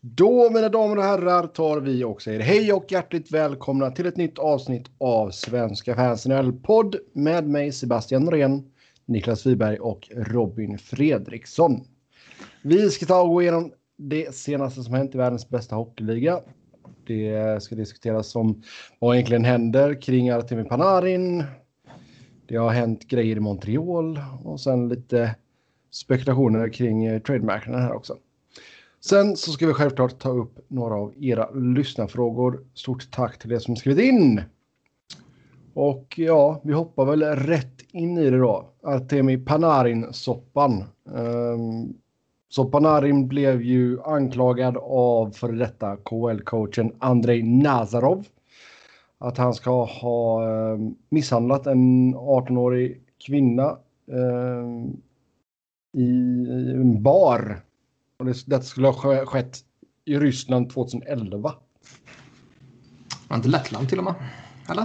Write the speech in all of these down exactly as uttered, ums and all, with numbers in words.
Då, mina damer och herrar, tar vi också er hej och hjärtligt välkomna till ett nytt avsnitt av Svenska Fans N H L-podd med mig Sebastian Norén, Niklas Wiberg och Robin Fredriksson. Vi ska ta och gå igenom det senaste som hänt i världens bästa hockeyliga. Det ska diskuteras om vad egentligen händer kring Artemi Panarin. Det har hänt grejer i Montreal och sen lite spekulationer kring trademarknaden här också. Sen så ska vi självklart ta upp några av era lyssnarfrågor. Stort tack till er som skrivit in. Och ja, vi hoppar väl rätt in i det då. Artemi Panarin-soppan. Um, så Panarin blev ju anklagad av för detta K H L-coachen Andrei Nazarov. Att han ska ha um, misshandlat en arton-årig kvinna um, i, i en bar. Och det, det skulle ha skett i Ryssland tjugoelva. Var inte Lettland till och med? Eller?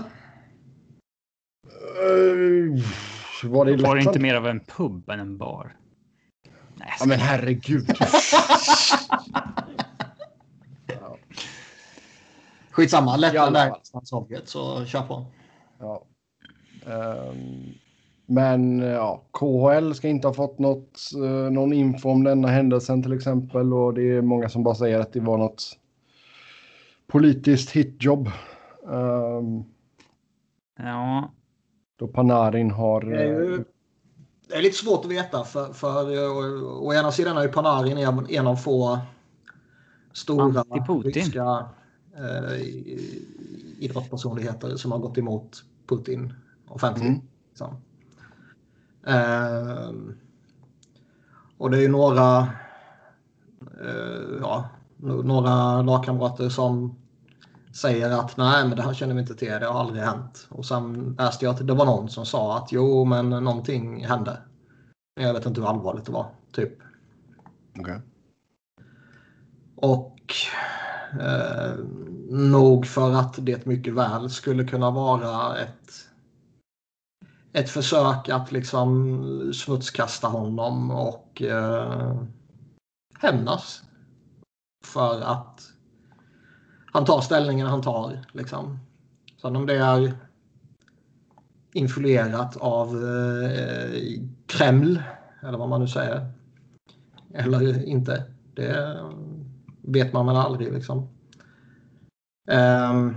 Uh, var det, var det inte mer av en pub än en bar? Nej, ja, men herregud. Ja. Skitsamma, Lettland är Sovjet, så kör på. Ja. Um, men ja, K H L ska inte ha fått något, uh, någon info om denna händelsen till exempel. Och det är många som bara säger att det var något politiskt hitjobb. Um, ja. Då Panarin har... Det är, ju, det är lite svårt att veta. För, för å, å ena sidan är ju Panarin en av få stora ryska eh, idrottspersonligheter som har gått emot Putin offentligt. Mm. Så. Eh, och det är ju några eh, ja, några lagkamrater som säger att nej, men det här känner vi inte till, det har aldrig hänt. Och sen läste jag att det var någon som sa att jo, men någonting hände. Jag vet inte hur allvarligt det var, typ. Okej. Okay. Och eh, nog för att det mycket väl skulle kunna vara ett ett försök att liksom smutskasta honom och eh, hämnas för att han tar ställningen han tar liksom. Så om det är influerat av eh, Kreml eller vad man nu säger eller inte, det vet man väl aldrig liksom. Um,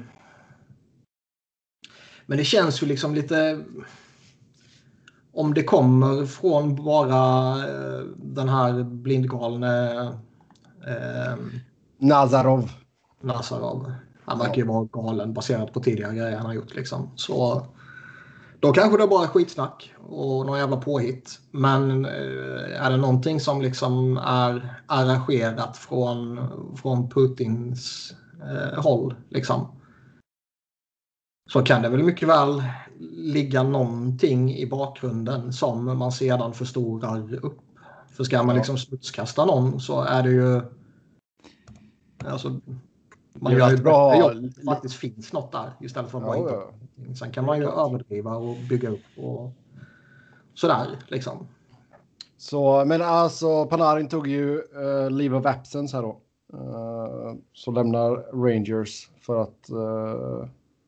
men det känns ju liksom lite, om det kommer från bara uh, den här blindgalne uh, Nazarov. Nazarov. Han verkar ju vara galen baserat på tidigare grejer han har gjort liksom. Så då kanske det bara är skitsnack och någon jävla påhitt. Men uh, är det någonting som liksom är arrangerat från, från Putins uh, håll liksom, så kan det väl mycket väl ligga någonting i bakgrunden som man sedan förstorar upp. För ska man liksom smutskasta någon så är det ju alltså, man det gör är ett bra jobb. Det faktiskt finns något där istället för att bara ja, ja. Sen kan man ju överdriva och bygga upp och sådär liksom. Så, men alltså Panarin tog ju uh, leave of absence här då. Uh, så lämnar Rangers för att uh,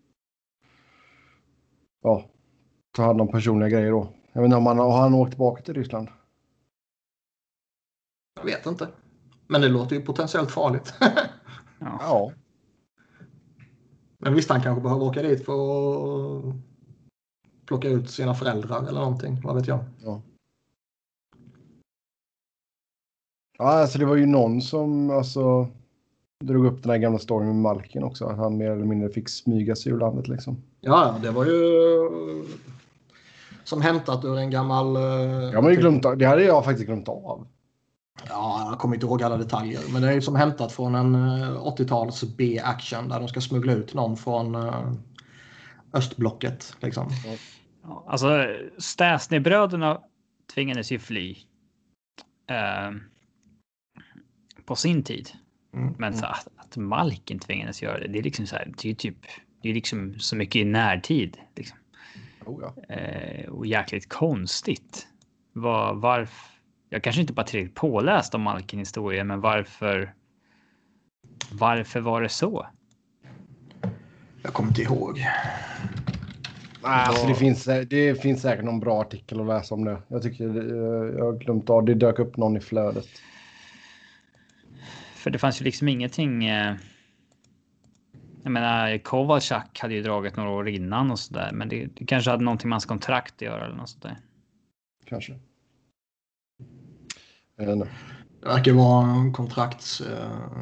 ja, ta hand om personliga grejer då. Jag vet inte om han har han åkt tillbaka till Ryssland. Jag vet inte. Men det låter ju potentiellt farligt. Ja. ja. Men visst, han kanske behöver åka dit för att plocka ut sina föräldrar eller någonting. Vad vet jag. Ja. Ja, alltså det var ju någon som alltså drog upp den här gamla storyn med Malkin också. Att han mer eller mindre fick smyga sig ur landet liksom. Ja, det var ju som hämtat ur en gammal... Ja, men glömt, det hade jag faktiskt glömt av. Ja, jag kommer inte ihåg alla detaljer. Men det är ju som hämtat från en åttio-tals B-action där de ska smuggla ut någon från östblocket. Liksom. Ja, alltså, Stastny-bröderna tvingades ju fly eh, på sin tid. Mm. Men så att, att Malkin tvingades göra det, det är liksom så här, det är typ, det är liksom så mycket i närtid. Liksom. Oh, ja. eh, och jäkligt konstigt. Var, varför? Jag kanske inte bara tillräckligt påläst om Malkin-historien, men varför Varför var det så? Jag kommer inte ihåg. Nej, alltså det finns, det finns säkert någon bra artikel att läsa om det. Jag tycker jag har glömt av. Det dök upp någon i flödet. För det fanns ju liksom ingenting. Eh, jag menar, Kovalchuk hade ju dragit några år innan och sådär. Men det, det kanske hade någonting med hans kontrakt att göra eller något sådär. Kanske. Jag vet inte. Det verkar vara en kontrakts... Eh,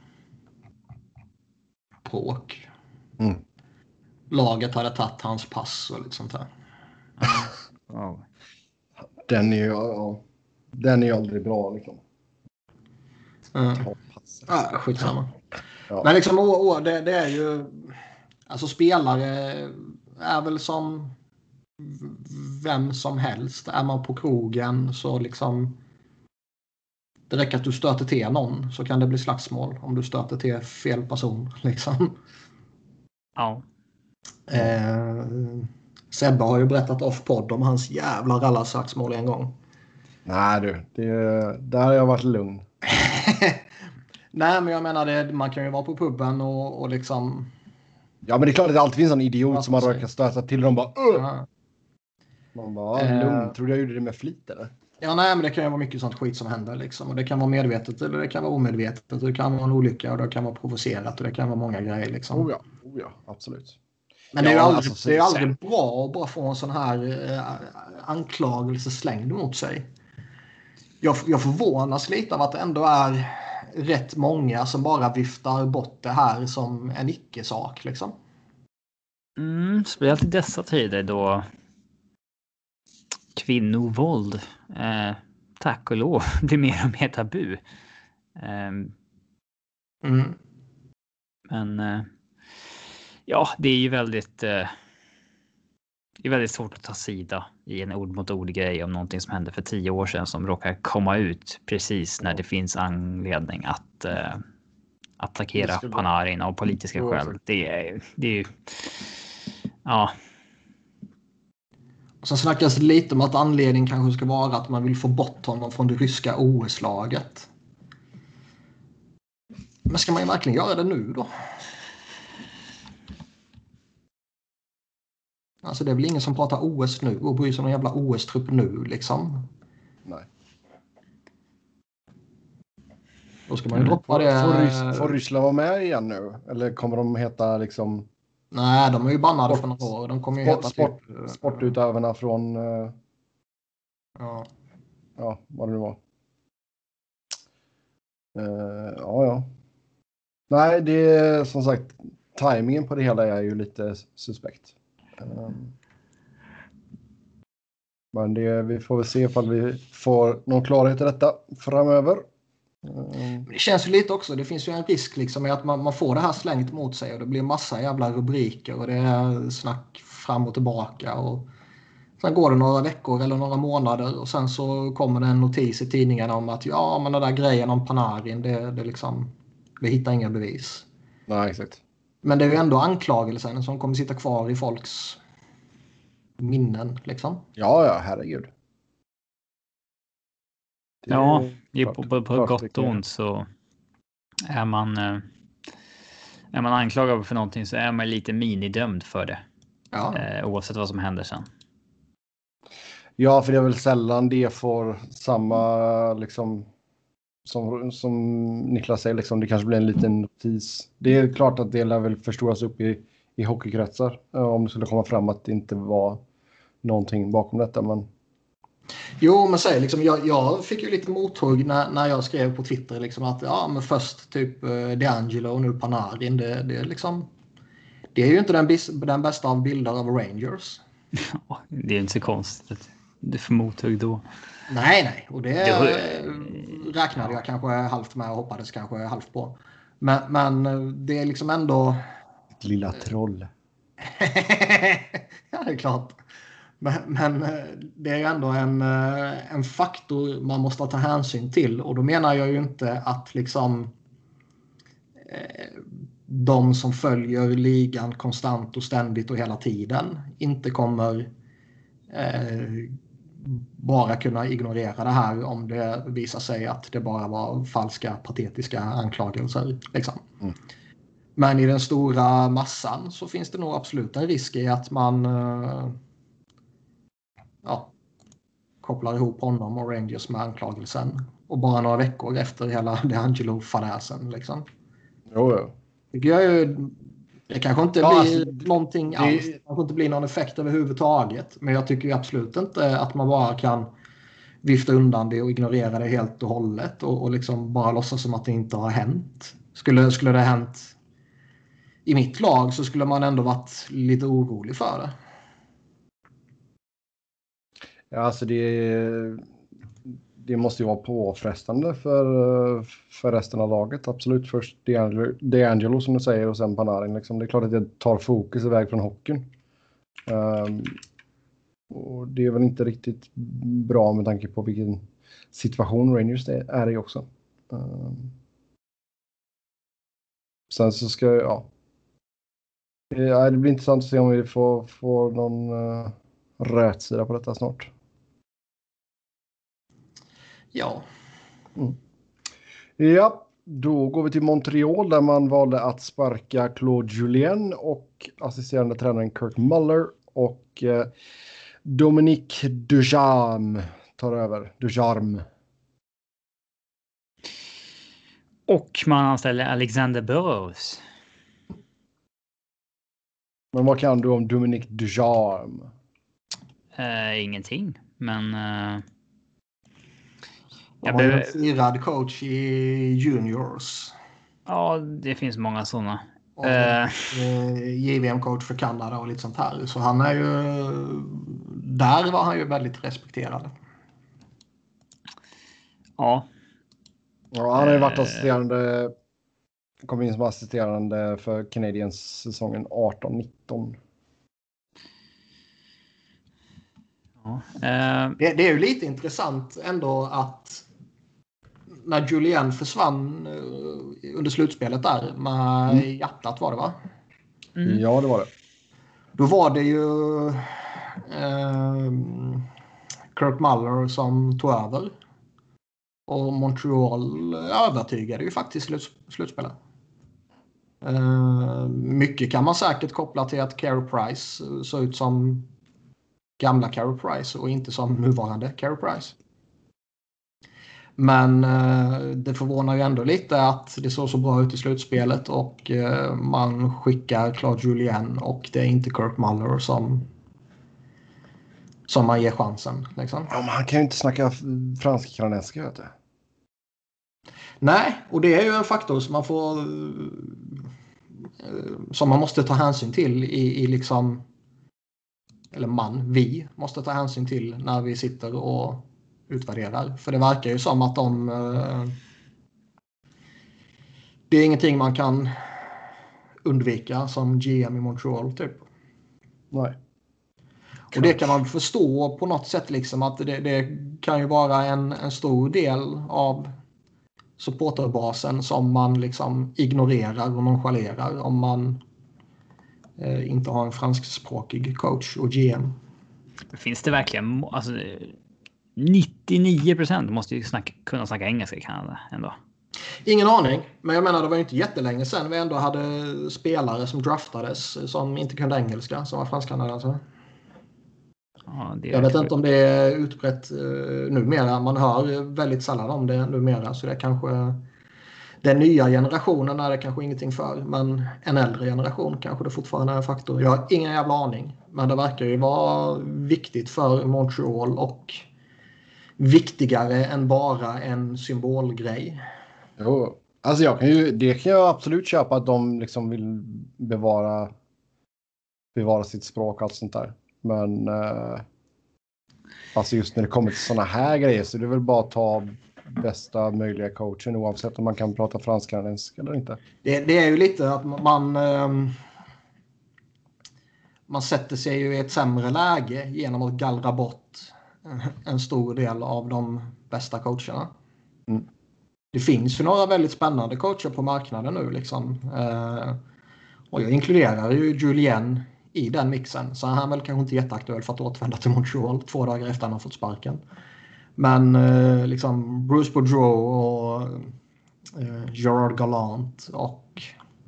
bråk. Mm. Laget hade tagit hans pass och lite sånt där. Wow. Den är ju ja, den är ju aldrig bra liksom. Mm. Ta passet. Ja, skitsamma. Ja. Men liksom å, å, det, det är ju alltså spelare är väl som vem som helst. Är man på krogen så liksom det räcker att du stöter till någon så kan det bli slagsmål om du stöter till fel person liksom. Ja. Eh, Sebbe har ju berättat off-podd om hans jävla rallarslagsmål en gång. Nej du, det, där har jag varit lugn. Nej, men jag menar det, man kan ju vara på puben och, och liksom... Ja, men det är klart att det alltid finns en idiot som man säga. råkar stöta till och de bara Ugh! Ja. Man bara, Eh. lugn. Tror du jag gjorde det med flit eller? Ja, nej, men det kan ju vara mycket sånt skit som händer liksom. Och det kan vara medvetet eller det kan vara omedvetet. Och det kan vara en olycka och det kan vara provocerat och det kan vara många grejer liksom. Oh ja, oh ja, absolut. Men det är ju Ja, aldrig, alltså, det är ju sen- aldrig bra att bara få en sån här eh, anklagelse slängd mot sig. Jag, jag förvånas lite av att det ändå är rätt många som bara viftar bort det här som en icke-sak liksom. Mm, speciellt i dessa tider då kvinnovåld, eh, tack och lov, blir mer och mer tabu. Eh, Mm. men eh, ja, det är ju väldigt eh, det är väldigt svårt att ta sida i en ord mot ord grej om någonting som hände för tio år sedan som råkar komma ut precis när det finns anledning att eh, attackera Det skulle- Panarin av politiska Jo, skäl. Det är det är ju ja. Och sen snackas det lite om att anledningen kanske ska vara att man vill få bort honom från det ryska O S-laget. Men ska man ju verkligen göra det nu då? Alltså det är väl ingen som pratar O S nu och bryr sig om någon jävla O S-trupp nu liksom. Nej. Då ska man ju Mm. droppa det. Får, Rys- får Ryssland vara med igen nu? Eller kommer de heta liksom Nej, de är ju bannade Sport- för några år. De kommer ju sport, heta sport, typ... eh, sportutövarna från eh, Ja. ja, vad det nu var. Eh, ja, ja. Nej, det är som sagt timingen på det hela är ju lite suspekt. Um, men det, vi får väl se ifall vi får någon klarhet i detta framöver. Um, Men det känns ju lite också, det finns ju en risk liksom med att man, man får det här slängt mot sig och det blir massa jävla rubriker och det är snack fram och tillbaka och sen går det några veckor eller några månader och sen så kommer det en notis i tidningarna om att ja, men den där grejen om Panarin, det, det liksom, vi hittar inga bevis. nej, exakt. Men det är ju ändå anklagelsen som kommer sitta kvar i folks minnen liksom. Ja, ja, herregud. Det är Ja, det är klart- på, på, på klart gott det och kan- ont så är man eh, är man anklagad för någonting så är man lite minidömd för det. Ja. Eh, oavsett vad som händer sen. Ja, för det är väl sällan det får samma liksom som, som Niklas säger, liksom, det kanske blir en liten notis. Det är klart att det lär väl förstoras upp i, i hockeykretsar eh, om det skulle komma fram att det inte var någonting bakom detta. Men Jo, men säg liksom, jag, jag fick ju lite mothugg när, när jag skrev på Twitter liksom att ja, men först typ eh, DeAngelo och nu Panarin, det, det är liksom det är ju inte den, bis, den bästa av bilder av Rangers. Det är inte så konstigt att du får mothugg då. Nej, nej, och det Det- eh, räknade jag kanske halvt med och hoppades kanske halvt på. Men, men eh, det är liksom ändå lilla troll. ja, det är klart. Men, men eh, det är ju ändå en, eh, en faktor man måste ta hänsyn till. Och då menar jag ju inte att liksom eh, de som följer ligan konstant och ständigt och hela tiden inte kommer eh, bara kunna ignorera det här om det visar sig att det bara var falska, patetiska anklagelser. Liksom. Mm. Men i den stora massan så finns det nog absolut en risk i att man uh, ja, kopplar ihop honom och Rangers med anklagelsen. Och bara några veckor efter hela DeAngelo-fadäsen. Liksom. Jo, jo. Tycker jag ju, det kanske inte ja, blir alltså, någonting det... alls. Det kanske inte blir någon effekt överhuvudtaget. Men jag tycker absolut inte att man bara kan vifta undan det och ignorera det helt och hållet. Och, och liksom bara låtsas som att det inte har hänt. Skulle, skulle det ha hänt i mitt lag så skulle man ändå varit lite orolig för det. Ja, alltså det, det måste ju vara påfrestande för, för resten av laget. Absolut först DeAngelo, DeAngelo som du säger och sen Panarin. Liksom. Det är klart att det tar fokus iväg från hockeyn. Um, och det är väl inte riktigt bra med tanke på vilken situation Rangers är i också. Um, sen så ska jag, ja. Det, det blir intressant att se om vi får, får någon uh, rätsida på detta snart. Ja. Mm. Ja, då går vi till Montreal där man valde att sparka Claude Julien och assisterande tränaren Kurt Muller och eh, Dominique Ducharme tar över. Ducharme. Och man anställer Alexander Burrows. Men vad kan du om Dominique Ducharme? Uh, ingenting, men... Uh... Jag blev... en firad coach i juniors. Ja, det finns många sådana. Och uh... J V M-coach för Kanada och lite sånt här. Så han är ju... Där var han ju väldigt respekterad. Ja. Ja, han har ju varit assisterande... Kom in som assisterande för Canadiens säsongen arton nitton. Ja, uh... det, det är ju lite intressant ändå att när Julien försvann under slutspelet där med mm. hjärtat var det va? Mm. Ja, det var det. Då var det ju eh, Kurt Muller som tog över. Och Montreal övertygade ju faktiskt sluts- slutspelet. Eh, mycket kan man säkert koppla till att Carey Price såg ut som gamla Carey Price och inte som nuvarande Carey Price. Men eh, det förvånar ju ändå lite att det såg så bra ut i slutspelet och eh, man skickar Claude Julien och det är inte Kurt Muller som som man ger chansen. Liksom. Ja, men han kan ju inte snacka fransk-kanadensiska, vet du. Nej, och det är ju en faktor som man får som man måste ta hänsyn till i, i liksom eller man, vi måste ta hänsyn till när vi sitter och utvärderar. För det verkar ju som att de eh, det är ingenting man kan undvika som G M i Montreal typ. Nej. Och det kan man förstå på något sätt liksom att det, det kan ju vara en, en stor del av supporterbasen som man liksom ignorerar och nonchalerar om man eh, inte har en franskspråkig coach och G M. Finns det verkligen alltså nittionio procent måste ju snacka, kunna snacka engelska i Kanada ändå. Ingen aning, men jag menar det var ju inte jättelänge sedan vi ändå hade spelare som draftades som inte kunde engelska som var fransk-kanadensare. Ja, jag vet inte om det är utbrett uh, numera. Man hör väldigt sällan om det numera. Så det är kanske den nya generationen är det kanske ingenting för. Men en äldre generation kanske det fortfarande är en faktor. Jag har ingen jävla aning. Men det verkar ju vara viktigt för Montreal och viktigare än bara en symbolgrej. Jo, alltså jag kan ju, det kan jag absolut köpa att de liksom vill bevara bevara sitt språk och allt sånt där. Men eh, alltså just när det kommer till såna här grejer så är det väl bara att ta bästa möjliga coachen oavsett om man kan prata fransk-kanadensiska eller inte. Det, det är ju lite att man eh, man sätter sig ju i ett sämre läge genom att gallra bort en stor del av de bästa coacherna. Mm. Det finns ju några väldigt spännande coacher på marknaden nu liksom. Eh, och jag inkluderar ju Julien i den mixen. Så han är väl kanske inte jätteaktuell för att återvända till Montreal två dagar efter han har fått sparken. Men eh, liksom Bruce Boudreau och eh, Gerard Gallant och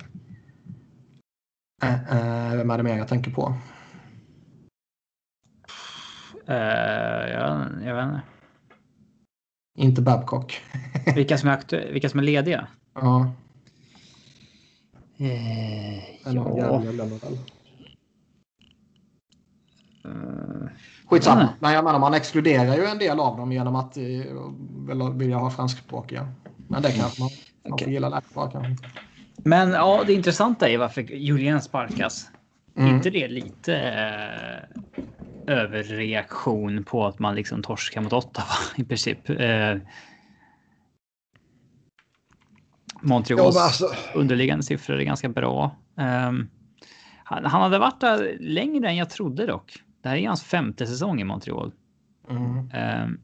eh, eh, vem är det mer jag tänker på? Uh, ja, jag vet inte. Inte Babcock. Vilka som är, aktu- vilka som är lediga? Ja. Eh, Ja. ja. Uh, Skitsamma. Mm. Men jag menar, man exkluderar ju en del av dem genom att uh, vilja ha franskspråkiga. Men det kanske man, man okay. får gilla lätt på kanske. Men ja, det intressanta är varför Julien sparkas. Mm. Inte det lite eh, överreaktion på att man liksom torskar mot Ottawa i princip. Eh, Montreals ja, alltså... underliggande siffror är ganska bra. Um, han, han hade varit där längre än jag trodde dock. Det här är hans femte säsong i Montreal. Mm. Um,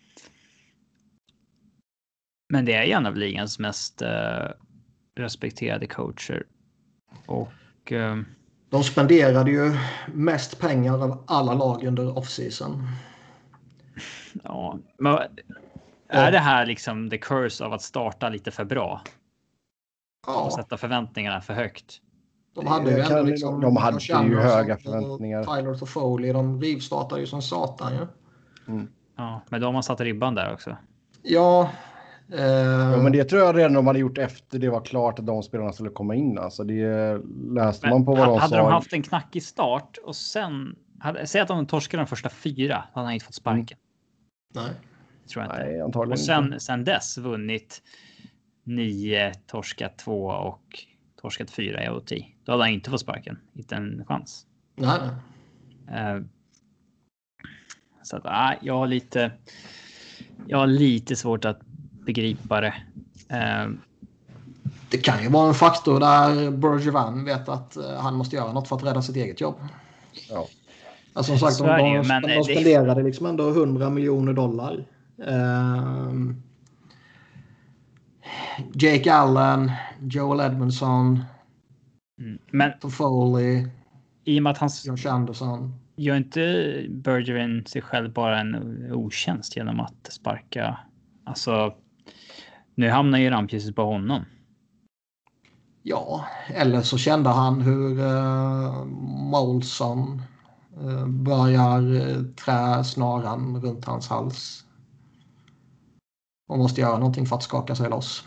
men det är en av ligans mest uh, respekterade coacher. Och um, de spenderade ju mest pengar av alla lag under off-season. Ja, men är ja. det här liksom the curse av att starta lite för bra? Ja. Och sätta förväntningarna för högt. De hade ju ändå liksom, de hade ju höga förväntningar. Tyler Toffoli, de rivstartade ju som satan ju. Mm. Ja, men de har satt ribban där också. Ja. Eh... ja, men det tror jag redan de hade gjort efter det var klart att de spelarna skulle komma in. Alltså det läste men man på vad de hade sa. de haft en knackig start och sen hade, säg att de torskade de första fyra, hade han inte fått sparken. Mm. Nej. Tror jag inte. Nej, antagligen och sen, inte. sen dess vunnit nio, torskat två och torskat fyra i O T. Då hade han inte fått sparken. Inte en chans. Nej. Uh, så att uh, jag har lite jag har lite svårt att begripa det. Uh, det kan ju vara en faktor där Bergevin vet att uh, han måste göra något för att rädda sitt eget jobb. Ja. Alltså, som sagt, de, de, ju, men de spenderade liksom ändå hundra miljoner dollar. Uh, Jake Allen, Joel Edmondson, mm, men Toffoli, i och med att han Josh Anderson. Gör inte Bergevin sig själv bara en otjänst genom att sparka? Alltså, nu hamnar ju rampljuset på honom. Ja, eller så kände han hur uh, Molson uh, börjar uh, trä snaran runt hans hals. Och måste göra någonting för att skaka sig loss.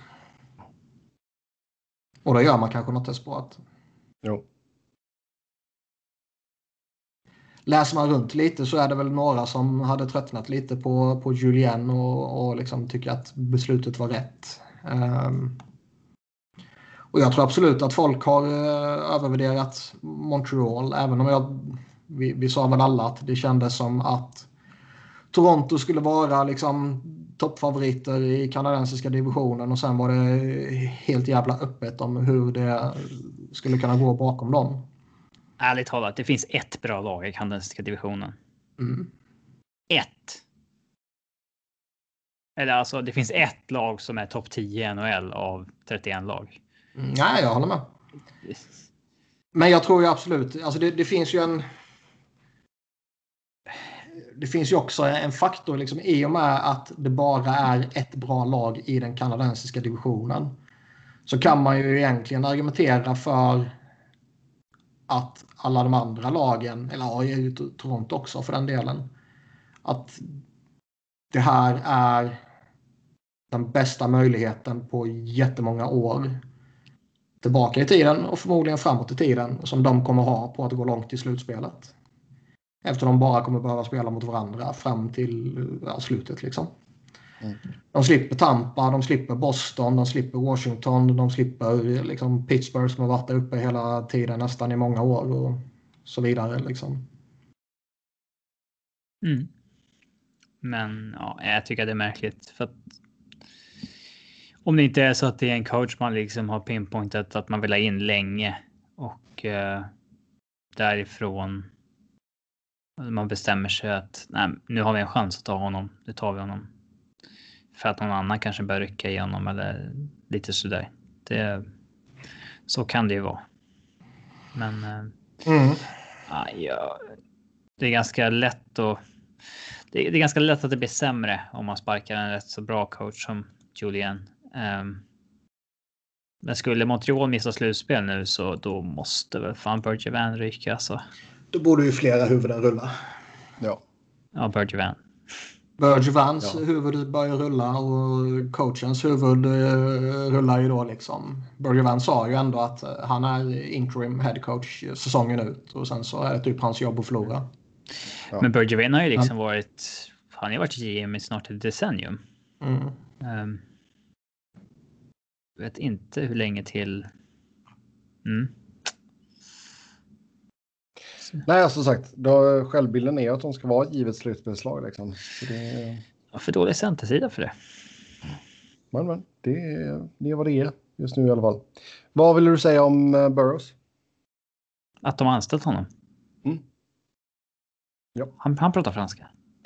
Och då gör man kanske något desperat. Jo. Läser man runt lite så är det väl några som hade tröttnat lite på, på Julien och, och liksom tycker att beslutet var rätt. Um, och jag tror absolut att folk har uh, övervärderat Montreal, även om jag, vi, vi sa väl alla att det kändes som att Toronto skulle vara liksom toppfavoriter i kanadensiska divisionen och sen var det helt jävla öppet om hur det skulle kunna gå bakom dem. Ärligt talat, det finns ett bra lag i kanadensiska divisionen. Mm. Ett. Eller alltså, det finns ett lag som är topp tio i N H L av trettioen lag. Mm, nej, jag håller med. Men jag tror ju absolut, alltså det, det finns ju en det finns ju också en faktor liksom, i och med att det bara är ett bra lag i den kanadensiska divisionen. Så kan man ju egentligen argumentera för att alla de andra lagen, eller ja, i Toronto också för den delen, att det här är den bästa möjligheten på jättemånga år tillbaka i tiden och förmodligen framåt i tiden som de kommer ha på att gå långt i slutspelet. Eftersom de bara kommer behöva spela mot varandra fram till ja, slutet liksom. Mm. De slipper Tampa, de slipper Boston, de slipper Washington, de slipper liksom Pittsburgh som har varit där uppe hela tiden nästan i många år och så vidare liksom. Mm. Men ja, jag tycker det är märkligt för att om det inte är så att det är en coach man liksom har pinpointat att man vill ha in länge och eh, därifrån man bestämmer sig att nej, nu har vi en chans att ta honom, nu tar vi honom. För att någon annan kanske bör rycka i honom eller lite sådär. Det, så kan det ju vara. Men mm. Ah, ja. Det är ganska lätt att det är, det är ganska lätt att det blir sämre om man sparkar en rätt så bra coach som Julian. Um, men skulle Montreal missa slutspel nu så då måste väl fan Bergevin ryka alltså. Då borde ju flera huvuden rulla. Ja. Ja, Bergevin. Bergevins Ja. huvud börjar rulla och coachens huvud uh, rullar ju då liksom. Bergevin sa ju ändå att uh, han är interim head coach säsongen ut och sen så är det typ hans jobb att förlora. Ja. Men Bergevin har ju liksom ja. varit, han har ju varit G M i snart ett decennium. Mm. Um, vet inte hur länge till. Mm. Nej, som sagt, då, självbilden är att de ska vara ett givet slutspelslag. Liksom. Så det... ja, för dålig centersida för det. Men, men det, är, det är vad det är just nu i alla fall. Vad vill du säga om uh, Burroughs? Att de har anställt honom. Mm. Ja. Han, han pratar franska.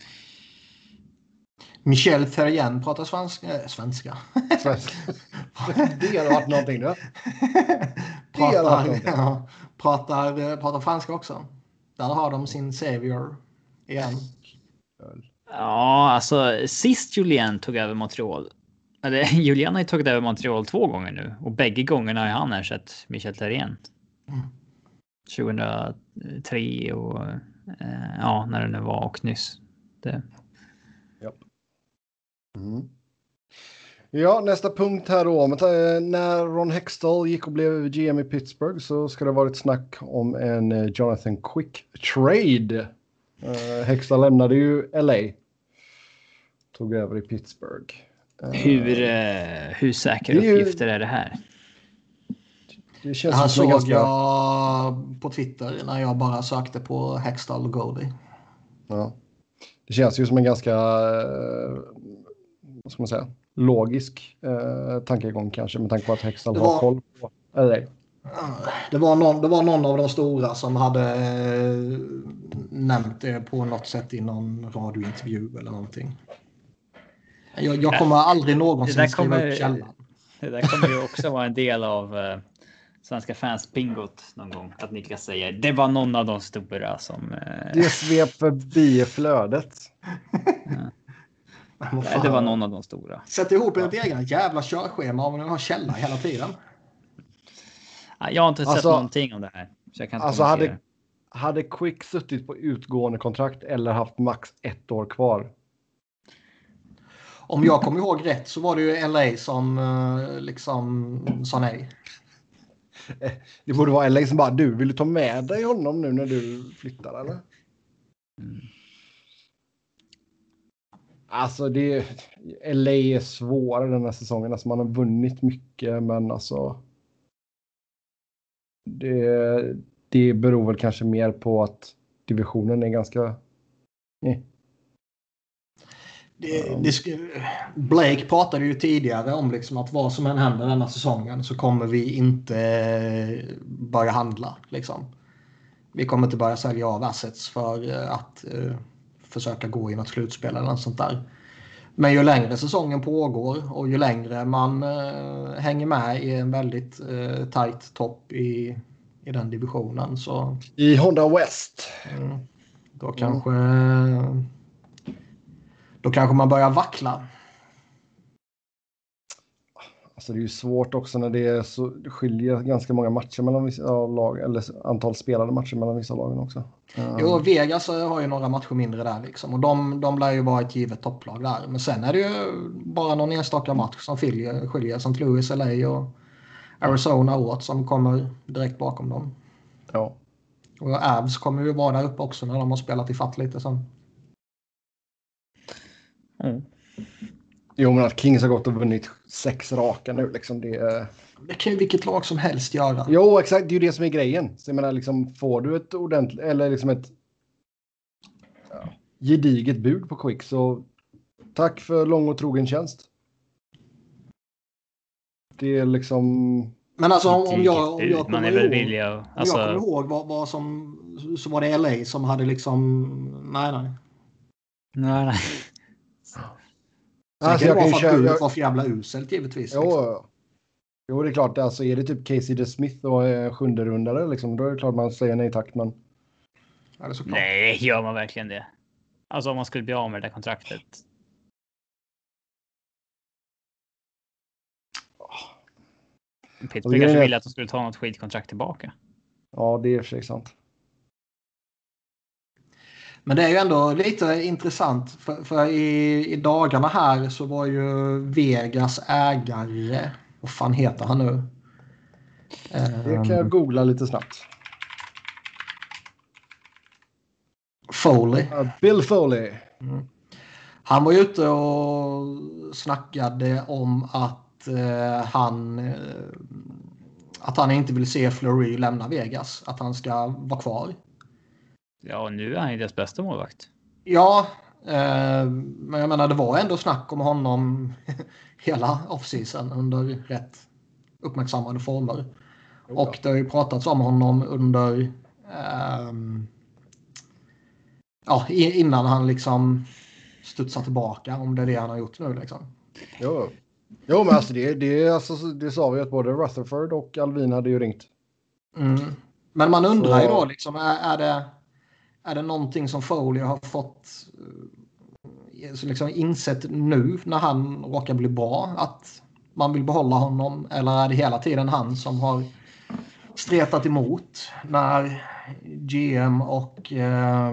Michel Therrien pratar svenska. Äh, svenska. svenska. Det har varit någonting då. pratar, varit ja, pratar, pratar franska också. Där har de sin savior igen. Ja, alltså sist Julien tog över Montreal. Eller Julien har ju tagit över Montreal två gånger nu. Och bägge gångerna har han ersatt Michel Therrien. Mm. tjugohundratre och eh, ja, när det nu var och nyss. Det. Ja. Mm. Ja, nästa punkt här då. När Ron Hextall gick och blev G M i Pittsburgh så ska det ha varit snack om en Jonathan Quick trade. Uh, Hextall lämnade ju L A. Tog över i Pittsburgh. Uh, hur, uh, hur säkra är uppgifter ju... är det här? Det känns här såg ganska... jag på Twitter när jag bara sökte på Hextall och Goldie. Ja. Det känns ju som en ganska uh, vad ska man säga, logisk uh, tankegång kanske med tanke på att Hextall var... har koll på L A. Det var, någon, det var någon av de stora som hade eh, nämnt det på något sätt i någon radiointervju eller någonting. Jag, jag kommer aldrig någonsin skriva kommer, upp källan. Det där kommer ju också vara en del av eh, Svenska fans bingot någon gång. Att Niklas säger, det var någon av de stora som... Eh... Det svep förbi flödet. Ja. Nej, det var någon av de stora. Sätt ihop ett ja. egna jävla körschema om ni har källa hela tiden. Jag har inte sett alltså, någonting om det här. Så jag kan inte alltså hade, hade Quick suttit på utgående kontrakt eller haft max ett år kvar? Om jag kommer ihåg rätt så var det ju L A som liksom sa nej. Det borde vara L A som bara, du, vill du ta med dig honom nu när du flyttar eller? Mm. Alltså det L A är svårare den här säsongen. Alltså man har vunnit mycket men alltså Det, det beror väl kanske mer på att divisionen är ganska... Eh. Det, det, Blake pratade ju tidigare om liksom att vad som än händer denna säsongen så kommer vi inte börja handla. Liksom. Vi kommer inte börja sälja av assets för att uh, försöka gå i något slutspel eller något sånt där. Men ju längre säsongen pågår och ju längre man uh, hänger med i en väldigt uh, tight topp i, i den divisionen så... I Honda West. Mm, då kanske... Uh, då kanske man börjar vackla. Alltså det är ju svårt också när det är så det skiljer ganska många matcher mellan vissa lag eller antal spelade matcher mellan vissa lagen också. Um. Jo, Vegas har ju några matcher mindre där liksom och de, de lär ju vara ett givet topplag där. Men sen är det ju bara någon enstaka match som skiljer, skiljer Saint Louis, L A och Arizona åt som kommer direkt bakom dem. Ja. Och Avs kommer ju vara där uppe också när de har spelat i fatt lite sen. Mm. Jo, men att Kings har gått och vunnit sex raka nu liksom det är... Det kan ju vilket lag som helst göra. Jo, exakt, det är ju det som är grejen. Så jag menar liksom får du ett ordentligt eller liksom ett ja, gediget bud på Quick så tack för lång och trogen tjänst. Det är liksom men alltså om, om jag om jag kommer ihåg, vilja, alltså... om jag kommer ihåg vad, vad som så var det L A som hade liksom nej nej. Nej nej. Så alltså, det kan vara för att du var för jävla uselt givetvis. Jo, liksom. jo, det är klart. Alltså, är det typ Casey DeSmith och eh, sjunde rundare liksom, då är det klart man säger nej tack. Men... Är det såklart? Nej, gör man verkligen det? Alltså om man skulle bli av med det där kontraktet. Pittsburgh kanske ville att de skulle ta något skitkontrakt tillbaka. Ja, det är för sig sant. Men det är ju ändå lite intressant. För, för i, i dagarna här så var ju Vegas ägare. Vad fan heter han nu? Det kan jag googla lite snabbt. Foley. Uh, Bill Foley. Mm. Han var ju ute och snackade om att eh, han eh, att han inte vill se Fleury lämna Vegas. Att han ska vara kvar. Ja, och nu är han ju deras bästa målvakt. Ja, eh, men jag menar det var ändå snack om honom hela offseason under rätt uppmärksammade former. Jo, och det har ju pratats om honom under eh, ja, innan han liksom studsar tillbaka, om det är det han har gjort nu liksom. Jo, jo men alltså det, det, alltså det sa vi att både Rutherford och Alvin hade ju ringt. Mm. Men man undrar Så... ju då liksom, är, är det är det någonting som Foley har fått så liksom insett nu när han råkar bli bra att man vill behålla honom, eller är det hela tiden han som har stretat emot när G M och eh,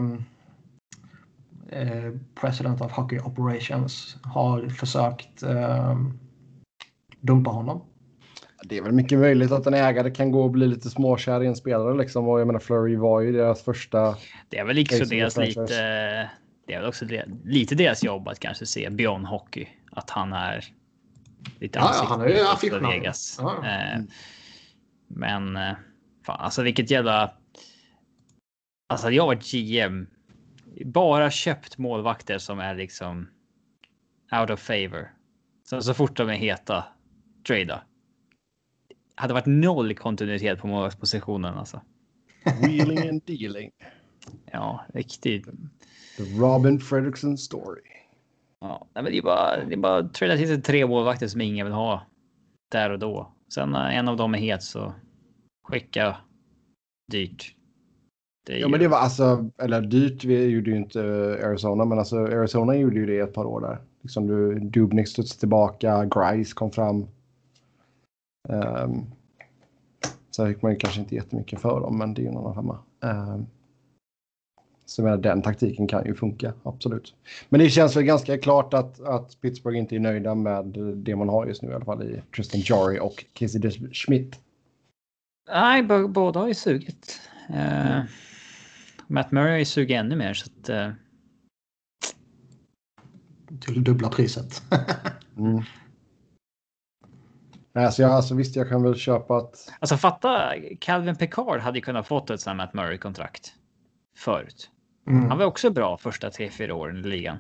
eh, President of Hockey Operations har försökt eh, dumpa honom? Det är väl mycket möjligt att en ägare kan gå och bli lite småkär i en spelare liksom, och jag menar Fleury var ju deras första. Det är väl också deras lite det är väl också det, lite deras jobb att kanske se Beyond Hockey, att han är lite ja, ja, han är ju för Vegas. Ja. Eh, men eh, fan, alltså vilket jävla alltså jag var G M bara köpt målvakter som är liksom out of favor. Så så fort de är heta trada. Hade varit noll kontinuitet på målvaktspositionen alltså. Wheeling and dealing. Ja, riktigt. The Robin Fredrickson story. Ja, men det är bara det är bara att trada till sig tre målvakter som ingen vill ha där och då. Sen när en av dem är het så skicka dyrt. Det ja, ju... men det var alltså eller dyrt. Vi gjorde ju inte Arizona, men alltså Arizona gjorde ju det ett par år där. Liksom du Dubnik studsade tillbaka, Grice kom fram. Um, så fick man ju kanske inte jättemycket för dem, men det är ju en annan femma. Um, så jag menar, den taktiken kan ju funka, absolut. Men det känns väl ganska klart att, att Pittsburgh inte är nöjda med det man har just nu i alla fall i Tristan Jarry och Casey Schmidt. Nej, b- båda har ju sugit. Uh, mm. Matt Murray har ju sugit ännu mer så att... Uh... Till dubbla priset. mm. Alltså, jag, alltså visst, jag kan väl köpa att... Alltså fatta, Calvin Pickard hade ju kunnat fått ett sånt här Matt Murray-kontrakt förut. Mm. Han var också bra första tre fyra åren i ligan.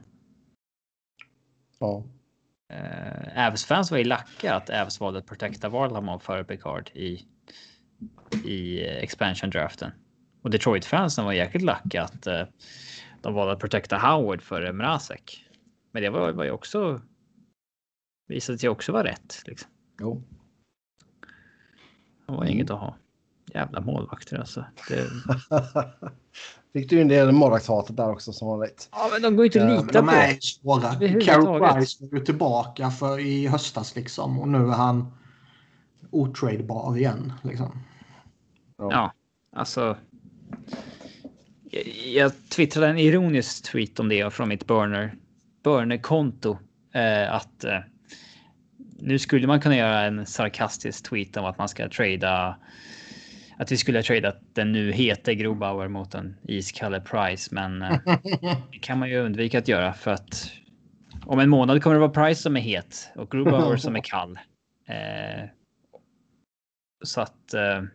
Ja. Uh, Avs-fans var ju lacka att Avs valde att protecta Varlamov före Pickard i, i expansion-draften. Och Detroit-fansen var jäkligt lacka att uh, de valde att protecta Howard före Mrazek. Men det var, var ju också... visade sig också vara rätt, liksom. Jo. Det var mm. inget att ha. Jävla målvakter alltså. Det... Fick du en del målvaktshatet där också som vanligt. Ja, men de går inte att lita de på. De är svåra. Carey Price var ju tillbaka för i höstas liksom. Och nu är han otradebar igen liksom. Ja, ja alltså. Jag, jag twittrade en ironisk tweet om det från mitt burner. Burner-konto. Eh, att eh, nu skulle man kunna göra en sarkastisk tweet om att man ska trada att vi skulle ha tradat den nu heta Grobauer mot en iskalle Price, men eh, det kan man ju undvika att göra för att om en månad kommer det vara Price som är het och Grobauer som är kall. Eh, så att eh,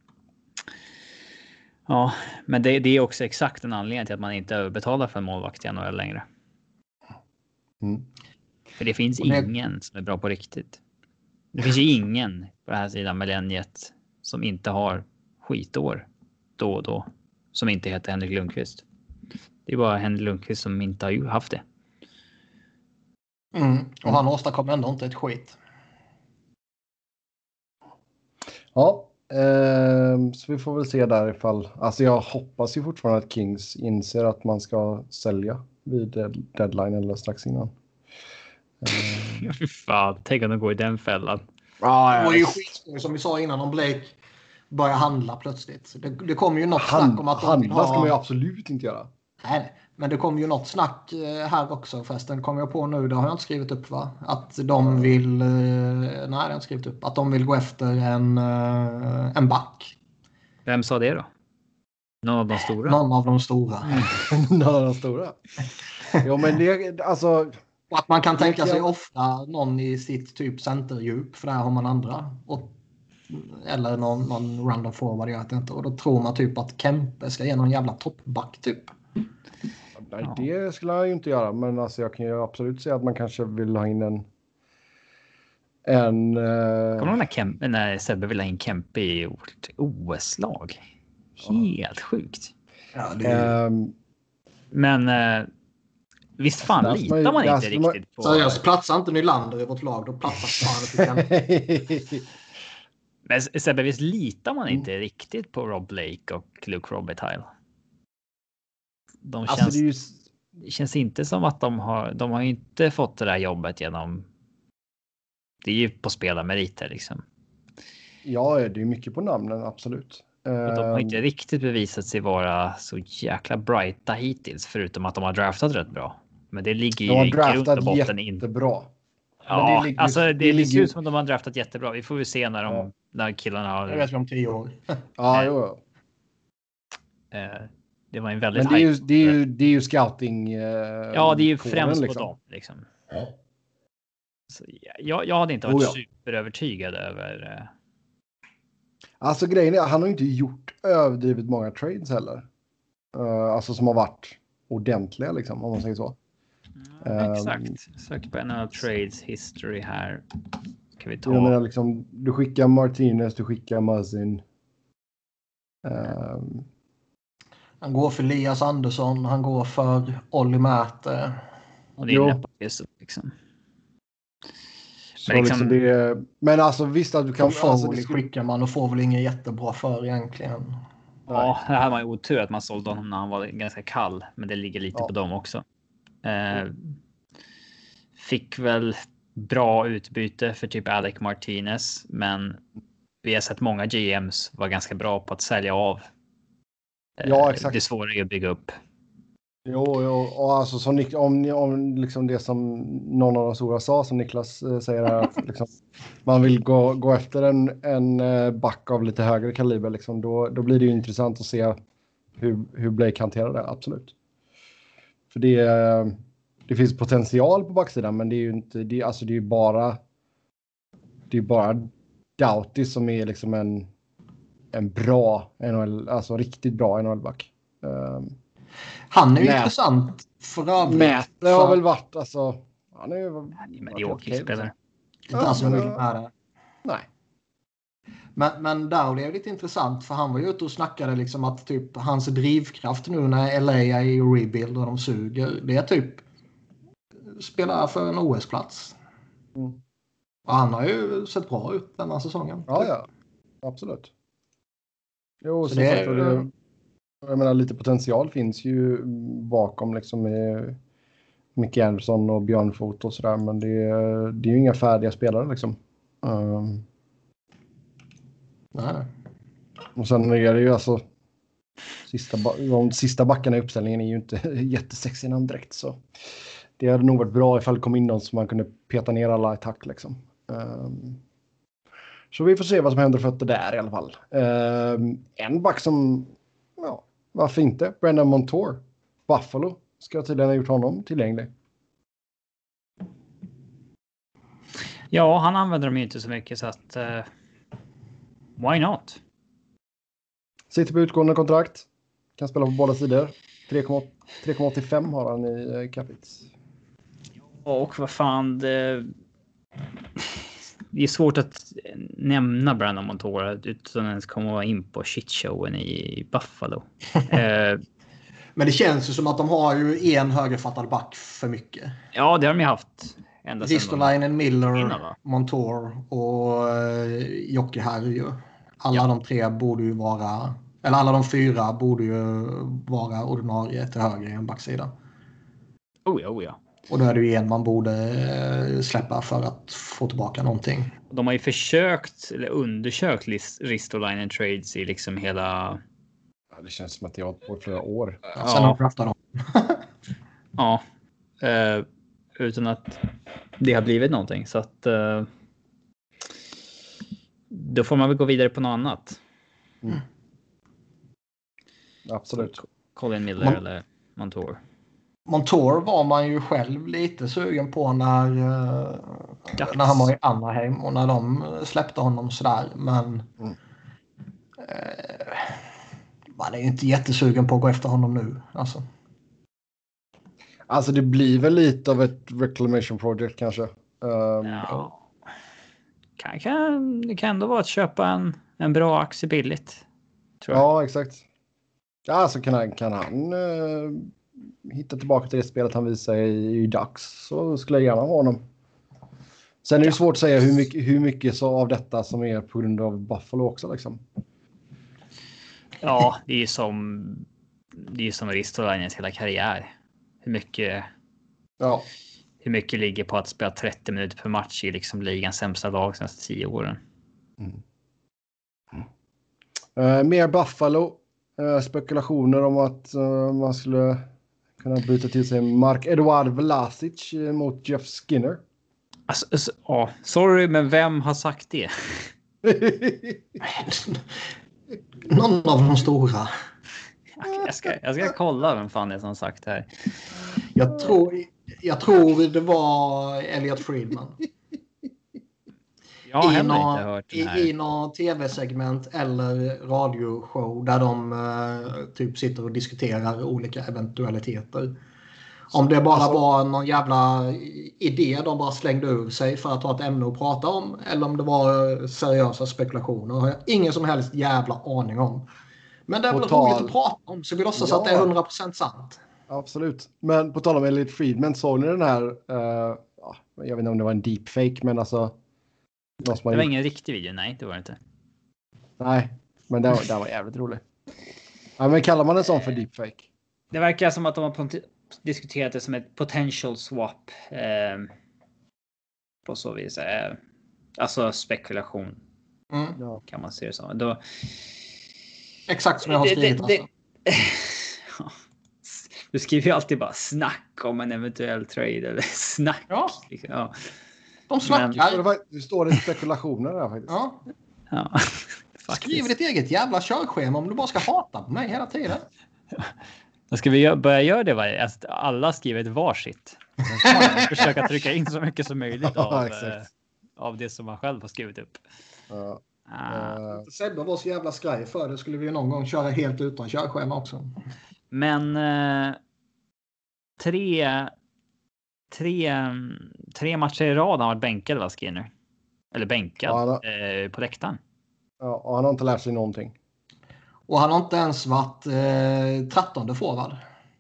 ja, men det, det är också exakt en anledning till att man inte överbetalar för en målvakt i N H L längre. Mm. För det finns det... ingen som är bra på riktigt. Det finns ju ingen på den här sidan millenniet som inte har skitår då och då. Som inte heter Henrik Lundqvist. Det är bara Henrik Lundqvist som inte har haft det. Mm. Och han åstadkom ändå inte ett skit. Ja, Uh, så vi får väl se där ifall... Alltså jag hoppas ju fortfarande att Kings inser att man ska sälja vid deadline eller strax innan. Uh... Fy fan, tänk om de går i den fällan. Ah, det var ju skitskoj som vi sa innan om Blake börjar handla plötsligt. Det, det kommer ju något Han, snack om att de handla vill ha... ska man ju absolut inte göra. Nej, men det kommer ju något snack här också förresten. Kommer jag på nu, det har jag inte skrivit upp va? Att de vill... Nej, det har jag inte skrivit upp. Att de vill gå efter en, en back. Vem sa det då? Någon av de stora? Någon av de stora. Mm. Någon av de stora. Jo, men det... Alltså... Och att man kan tänka sig ofta någon i sitt typ centerdjup. För där har man andra. Och, eller någon, någon random forward, jag vet inte. Och då tror man typ att Kempe ska ge någon jävla toppback typ. Nej, det skulle jag ju inte göra. Men alltså, jag kan ju absolut säga att man kanske vill ha in en... en uh... Kommer du när, Kempe, när Sebbe vill ha in Kempe i O S-lag? Helt ja. Sjukt. Ja, det är... um... Men... Uh... Visst fan läs litar man, man inte riktigt man... på... Seriöst, platsar inte Nylander i vårt lag, då platsar fan inte. Men Sebbe, visst litar man inte mm. riktigt på Rob Blake och Luke Robitaille? De alltså, känns, det, ju... det känns inte som att de har... De har ju inte fått det där jobbet genom... Det är ju på spelarmeriter liksom. Ja, det är mycket på namnen, absolut. Och de har inte riktigt bevisat sig vara så jäkla brighta hittills, förutom att de har draftat rätt bra. Men det ligger ju de har i grund och botten in. Jättebra. Ja, det ligger, alltså det, det ligger ut som att de har draftat jättebra. Vi får väl se när de ja. när killarna har... Jag vet om tio år. ja, jo. Eh, det var en väldigt... Men det är ju, det är ju, det är ju scouting... Eh, ja, det är ju främst liksom. På dem. Liksom. Ja. Så jag, jag hade inte varit oh, ja. superövertygad över... Eh... Alltså grejen är, han har inte gjort överdrivet många trades heller. Uh, alltså som har varit ordentliga liksom, om man säger så. Mm, uh, exakt. Sök på N H L Trades History här. Ska vi ta... Jag menar liksom, du skickar Martinez, du skickar Muzzin. Uh, han går för Elias Andersson, han går för Olli Mäte. Och det är läppar liksom. Men, liksom, liksom det, men alltså visst att du kan... Alltså, det skickar man och får väl ingen jättebra för egentligen. Ja, det här var ju otur att man sålde honom när han var ganska kall. Men det ligger lite ja. på dem också. Eh, fick väl bra utbyte för typ Alec Martinez. Men vi har sett många G Ms var ganska bra på att sälja av. Eh, ja, exakt. Det är svårare att bygga upp. Jo, jo, och alltså som Nik- om, om liksom det som någon av de stora sa, som Niklas eh, säger här, att liksom, man vill gå, gå efter en, en eh, back av lite högre kaliber, liksom, då, då blir det ju intressant att se hur, hur Blake hanterar det, absolut. För det, eh, det finns potential på backsidan, men det är ju inte, det, alltså det är ju bara det är bara Doughty som är liksom en, en bra N H L, alltså riktigt bra N H L-back. Um, Han är ju Mät. intressant för övrigt. Mäte har väl varit alltså... Han är ju... Medioker spelare. Inte alls så mycket med det. Nej. Men, men Dowdy är lite intressant, för han var ju ute och snackade liksom att typ hans drivkraft nu när L A är i rebuild och de suger, det är typ spela för en O S-plats. Mm. Och han har ju sett bra ut den här säsongen. Ja, typ. ja. Absolut. Jo, så, så det är... det, jag menar, lite potential finns ju bakom liksom med Micke Anderson och Björn Fot och sådär, men det, det är ju inga färdiga spelare liksom. Um, nej. Och sen är det ju alltså sista, de sista backarna i uppställningen är ju inte jättesexiga namn direkt, så det hade nog varit bra ifall det kom in någon som man kunde peta ner alla i tack liksom. Um, så vi får se vad som händer för att det där i alla fall. Um, en back som, ja, varför inte? Brendan Montour, Buffalo, ska tydligen ha gjort honom tillgänglig. Ja, han använder dem ju inte så mycket, så att uh, why not? Sitter på utgående kontrakt, kan spela på båda sidor. tre komma åttiofem har han i uh, capita. Och vad fan, det... det är svårt att nämna Brandon Montour utan att ens komma in på shitshowen i Buffalo. eh, Men det känns ju som att de har ju en högerfattad back för mycket. Ja, det har de ju haft. Ristolainen, Miller, innan, Montour och uh, Jocke Harry. Alla Ja. de tre borde ju vara, eller alla de fyra borde ju vara ordinarie till höger i en backsida. Oh ja, oh ja. Och då är det ju en man borde eh, släppa för att få tillbaka någonting. De har ju försökt eller undersökt list- Ristolainen trades i liksom hela... Ja, det känns som att jag har hållit på i flera år. Ja. Sen de draftade dem. Ja. Eh, utan att det har blivit någonting. Så att... Eh, då får man väl gå vidare på något annat. Mm. Absolut. Colin Miller Man- eller Montour. Montour var man ju själv lite sugen på när, eh, Ducks. när han var i Anaheim och när de släppte honom sådär. Men Mm. eh, man är ju inte jättesugen på att gå efter honom nu. Alltså. Alltså det blir väl lite av ett reclamation project kanske. Um, Ja. Kan, kan, det kan ändå vara att köpa en, en bra aktie billigt. Tror jag. Ja, exakt. Ja, alltså kan han, kan han uh, hitta tillbaka till det spelet han visade i, i Ducks så skulle jag gärna ha honom. Sen är det Ja. svårt att säga hur mycket, hur mycket så av detta som är på grund av Buffalo också liksom. Ja, det är ju som det är som Ristolainens hela karriär. Hur mycket Ja, hur mycket ligger på att spela trettio minuter per match i liksom ligans sämsta lag senaste tio åren. uh, mer Buffalo. Uh, spekulationer om att uh, man skulle kunna byta till sig Mark-Edouard Vlasic uh, mot Jeff Skinner. Alltså, alltså, ja, sorry, men vem har sagt det? Någon av de stora. Jag ska, jag ska kolla vem fan det är som har sagt det här. Jag tror, jag tror det var Elliot Friedman. Jag har I heller nå- inte hört den i, här. I någon tv-segment eller radioshow där de eh, typ sitter och diskuterar olika eventualiteter. Om det bara Alltså- var någon jävla idé de bara slängde ur sig för att ha ett ämne att prata om. Eller om det var seriösa spekulationer. Har jag ingen som helst jävla aning om. Men det är På väl tal- roligt att prata om så vi låtsas Ja. att det är hundra procent sant. Absolut. Men på tal om Elliot Friedman, såg ni den här, uh, ja, jag vet inte om det var en deepfake, men alltså. Någon som har Det var gjort- ingen riktig video, nej det var det inte. Nej, men det var, det var jävligt roligt. Ja, men kallar man en sån för deepfake? Det verkar som att de har pot- diskuterat det som ett potential swap. Eh, på så vis. Eh, alltså spekulation Mm. Ja. kan man se det som. Då, Exakt som jag har det- skrivit. det- alltså. Ja. Du skriver ju alltid bara snack om en eventuell trade eller snack. Ja. Liksom. Ja. De Så snackar. det, var, det står det spekulationer där faktiskt. Ja. Ja. Skriv Faktiskt. ditt eget jävla körschema om du bara ska hata på mig hela tiden. Då ska vi gö- börja göra det varje. Alltså, alla skriver ett varsitt. Sen ska man försöka trycka in så mycket som möjligt Ja, av, exakt. eh, av det som man själv har skrivit upp. Ja, Ah. eh, Sebbe var så jävla skraj för det. Skulle vi någon gång köra helt utan körschema också. Men eh, tre, tre, tre matcher i rad har han varit bänkad, va, Skinner? Eller bänkad Ja, han eh, på läktaren. ja, och han har inte lärt sig någonting. Och han har inte ens varit eh, trettonde forward.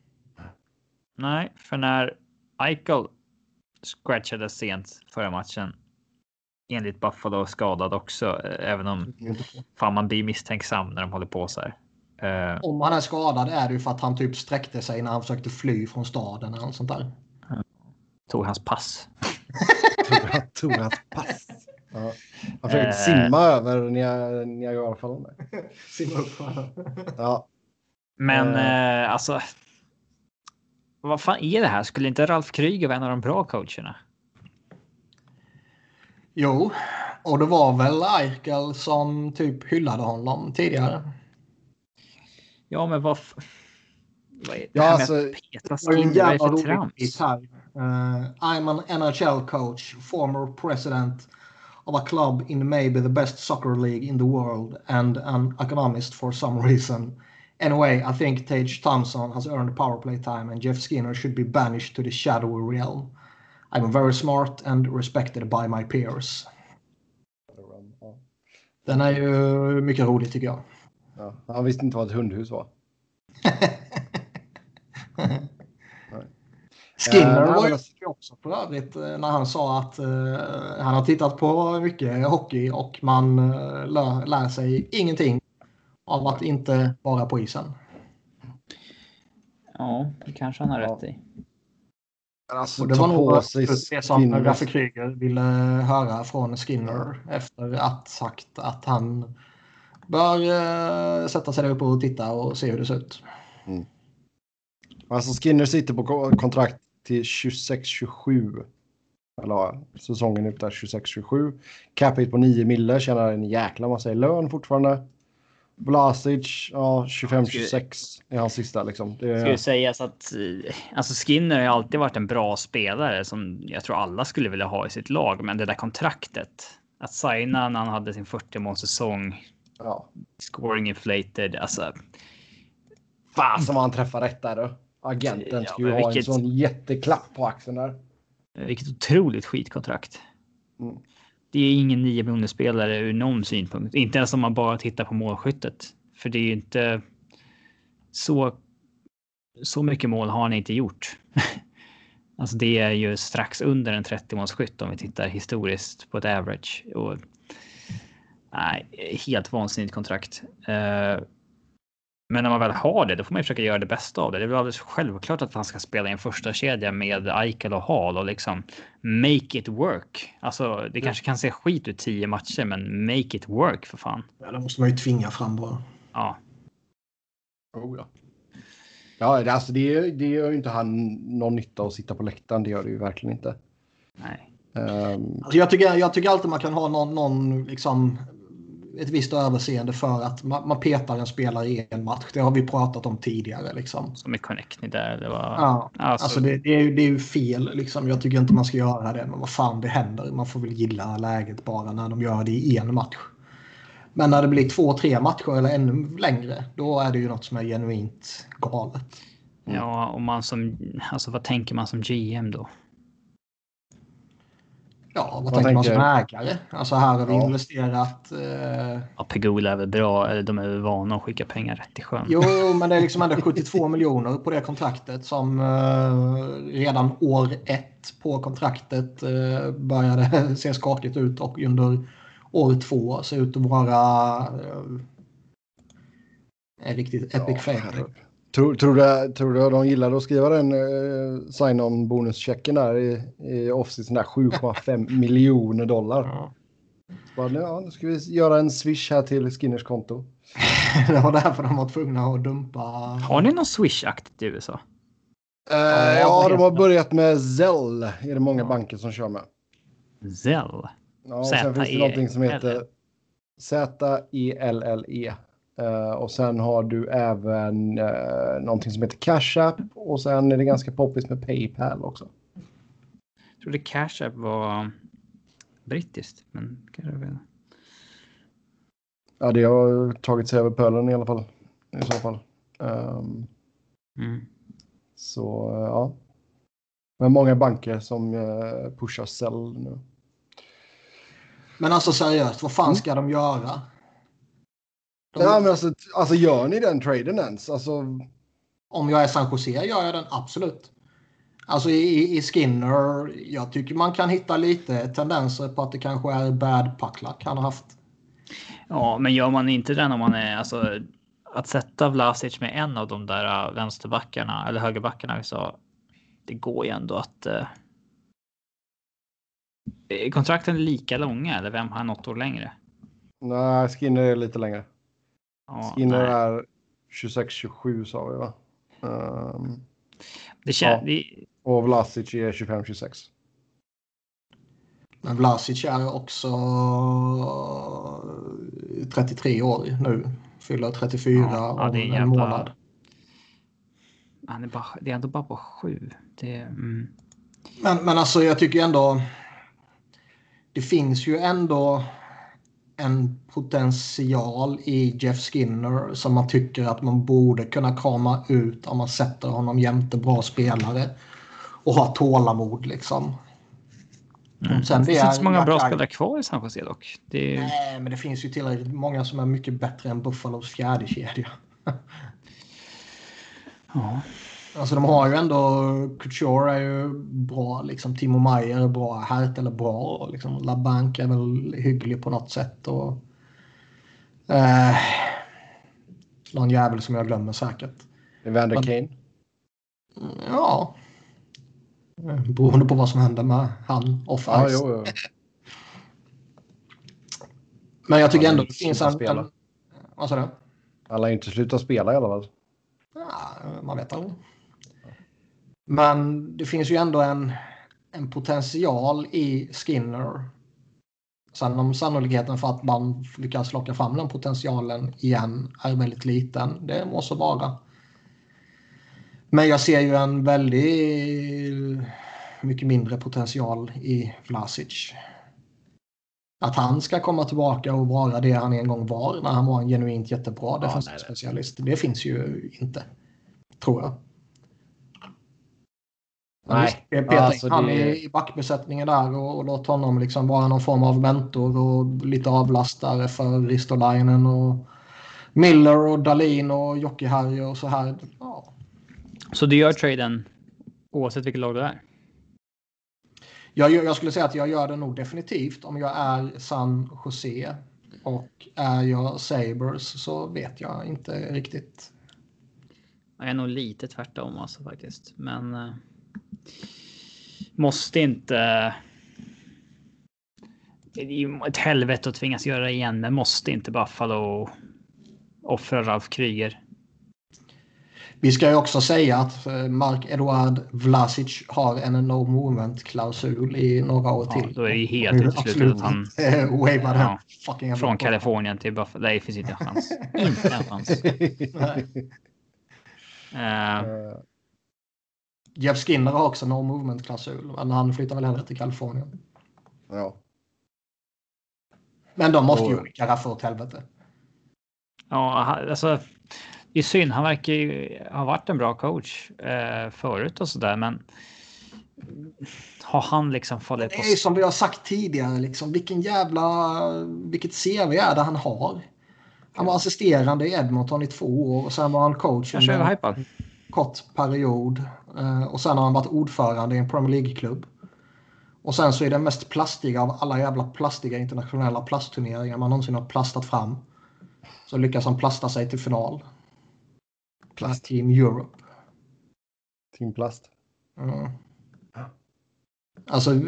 Nej, för när Eichel scratchade sent förra matchen, enligt Buffalo skadad också, eh, även om fan man blir misstänksam när de håller på så här. Eh, Om han är skadad är det ju för att han typ sträckte sig när han försökte fly från staden eller något sånt där. tog hans pass. Han tog hans pass. Ja. Han försökte Eh. simma över Nia- Niagarafallen. Simma upp. Ja. Men Eh. eh, alltså. Vad fan är det här? Skulle inte Ralf Kryger vara en av de bra coacherna? Jo, och det var väl Eichel som typ hyllade honom tidigare. Ja, men vad... f- vad är det Ja, här alltså, med att peta Det var ju en Skinner? Vad är det jävla för rolig trams? bit här. Uh, I'm an N H L coach, former president of a club in maybe the best soccer league in the world and an economist for some reason. Anyway, I think Tage Thompson has earned power play time and Jeff Skinner should be banished to the shadowy realm. I'm very smart and respected by my peers. Den är ju mycket rolig tycker jag. Ja. Han visste inte vad ett hundhus var. Skinner uh, var ju också för övrigt när han sa att uh, han har tittat på mycket hockey och man uh, lär, lär sig ingenting av att inte vara på isen. Ja, det kanske han har ja. rätt i. Alltså, och det var nog det som Skinner. Raffe Kryger ville höra från Skinner ja. efter att sagt att han bör uh, sätta sig där uppe och titta och se hur det ser ut. Mm. Alltså Skinner sitter på kontrakt till tjugosex tjugosju. Eller säsongen ut där tjugosex tjugosju. Capita på nio mille, tjänar en jäkla massa i lön fortfarande. Vlasic, ja, tjugofem tjugosex är hans sista liksom. Det skulle sägas att alltså Skinner har alltid varit en bra spelare som jag tror alla skulle vilja ha i sitt lag, men det där kontraktet att signa när han hade sin fyrtio målsäsong. Ja. Scoring inflated, alltså. Fan som han träffar rätt där då. Agenten skulle ju ja, ha vilket, en sån jätteklapp på axeln där. Vilket otroligt skitkontrakt. Mm. Det är ingen nio miljoner spelare ur någon synpunkt. Inte ens om man bara tittar på målskyttet. För det är ju inte så, så mycket mål har han inte gjort. Alltså det är ju strax under en trettio målsskytt om vi tittar historiskt på ett average. Och, nej, helt vansinnigt kontrakt. Uh, Men när man väl har det, då får man försöka göra det bästa av det. Det är väl alldeles självklart att han ska spela i en första kedja med Eichel och Hall och liksom make it work. Alltså, det ja. kanske kan se skit ut tio matcher, men make it work för fan. Ja, det måste man ju tvinga fram bara. Ja. Oh, ja. Ja, alltså det, det gör ju inte han någon nytta att sitta på läktaren. Det gör det ju verkligen inte. Nej. Um... Alltså jag, tycker, jag tycker alltid man kan ha någon, någon liksom... ett visst överseende för att man, man petar en spelare i en match. Det har vi pratat om tidigare. Liksom. Som är Connectny där. Det var... ja, alltså, alltså det, det, är ju, det är ju fel. Liksom. Jag tycker inte man ska göra det. Men vad fan det händer. Man får väl gilla läget bara när de gör det i en match. Men när det blir två, tre matcher eller ännu längre. Då är det ju något som är genuint galet. Mm. Ja, och man som... Alltså vad tänker man som G M då? Ja, vad, vad tänker man som ägare? Alltså här har vi ja. investerat... Eh... Ja, Pegula är väl bra. De är väl vana att skicka pengar rätt i sjön. Jo, men det är liksom ändå sjuttiotvå miljoner på det kontraktet som eh, redan år ett på kontraktet eh, började se skakigt ut och under år två ser ut att vara eh, en riktigt epic ja, fail. Tror, tror, du, tror du de gillade att skriva den uh, sign-on bonuschecken där i, i offseason där sju komma fem miljoner dollar. Ja. Bara, ja, nu ska vi göra en swish här till Skinners konto. Det var därför de var tvungna att dumpa. Har ni någon swish-akt i U S A? Uh, ja, ja de har börjat med Zelle. Är det många ja. banker som kör med. Zelle? Ja, och sen finns det någonting som heter Z E L L E. Uh, och sen har du även uh, någonting som heter Cash App. Och sen är det ganska poppis med PayPal också. Jag trodde Cash App var brittiskt. Men kan jag veta. Ja, det har tagit sig över pölen i alla fall. I så fall. Um, mm. Så uh, ja. Men många banker som uh, pushar sell nu. Men alltså seriöst, vad fan ska mm. de göra? De... Ja, men alltså, alltså gör ni den traden ens? Alltså... Om jag är San Jose gör jag den absolut. Alltså i, i Skinner, jag tycker man kan hitta lite tendenser på att det kanske är bad puck luck han har haft. Ja, men gör man inte den om man är, alltså att sätta Vlasic med en av de där vänsterbackarna eller högerbackarna så det går ju ändå att uh... kontrakten är lika långa eller vem har något år längre? Nej, Skinner är lite längre. Ja, Skinner nej. är tjugosex tjugosju sa vi va? Um, det känns, ja. det... Och Vlasic är tjugofem tjugosex. Men Vlasic är också trettiotre år nu. Fyller trettiofyra ja, ja, det är en jävla... månad. Han är, bara, det är ändå bara på sju. Det är, mm. men, men alltså jag tycker ändå det finns ju ändå en potential i Jeff Skinner som man tycker att man borde kunna krama ut om man sätter honom jämte bra spelare och ha tålamod liksom. Mm. Sen det finns inte så många bra spelare kvar i San Jose dock. Det är... Nej, men det finns ju tillräckligt många som är mycket bättre än Buffalos fjärde kedja. Ja. Alltså de har ju ändå, Couture är ju bra, liksom Timo Meier är bra, Hertel är bra, och liksom LaBanc är väl hygglig på något sätt, och eh, någon jävel som jag glömmer säkert. Evander Kane? Ja. Beroende på vad som händer med han off Ja, ice. jo, jo. Men jag tycker Alla ändå det finns en, spela. en... Vad sa du? Alla är inte slutat spela i alla fall. Ja, man vet aldrig. Men det finns ju ändå en, en potential i Skinner. Sen om sannolikheten för att man lyckas locka fram den potentialen igen är väldigt liten. Det måste vara. Men jag ser ju en väldigt mycket mindre potential i Vlasic. Att han ska komma tillbaka och vara det han en gång var när han var en genuint jättebra defensiv nej, specialist. Det finns ju inte, tror jag. Nej, Peter alltså han det- är i backbesättningen där och, och låt honom liksom vara någon form av mentor och lite avlastare för Ristolainen och Miller och Dahlin och Jokiharju och så här. Ja. Så du gör traden oavsett vilket lag det är? Jag, gör- jag skulle säga att jag gör det nog definitivt om jag är San Jose, och är jag Sabres så vet jag inte riktigt. Jag är nog lite tvärtom alltså faktiskt. Men eh, måste inte... Det är ju ett helvete att tvingas göra det igen, men måste inte Buffalo offra Ralf Kryger? Vi ska ju också säga att eh, Mark-Edouard Vlasic har en no movement-klausul i några år Ja, till. då är det ju helt uteslutet att han... Wavade Ja, fucking jävla från bra. Kalifornien till Buffalo. Nej, det finns inte en chans. Inte en chans. Nej. Eh, Eh, Jeff Skinner har också no movement-klausul, men han flyttar väl hellre till Kalifornien. ja. Men de måste ju Och- skicka Raffa åt helvete. ja, han- alltså... Det är synd. Han verkar ju ha varit en bra coach eh, förut och sådär, men har han liksom fallit Det på... är ju som vi har sagt tidigare, liksom, vilken jävla, vilket C V är det han har. Han var assisterande i Edmonton i två år och sen var han coach Kanske under en överhypad. kort period. Eh, och sen har han varit ordförande i en Premier League-klubb. Och sen så är det mest plastiga av alla jävla plastiga internationella plastturneringar man någonsin har plastat fram. Så lyckas han plasta sig till final. Plast Team Europe. Team Plast. Mm. Alltså...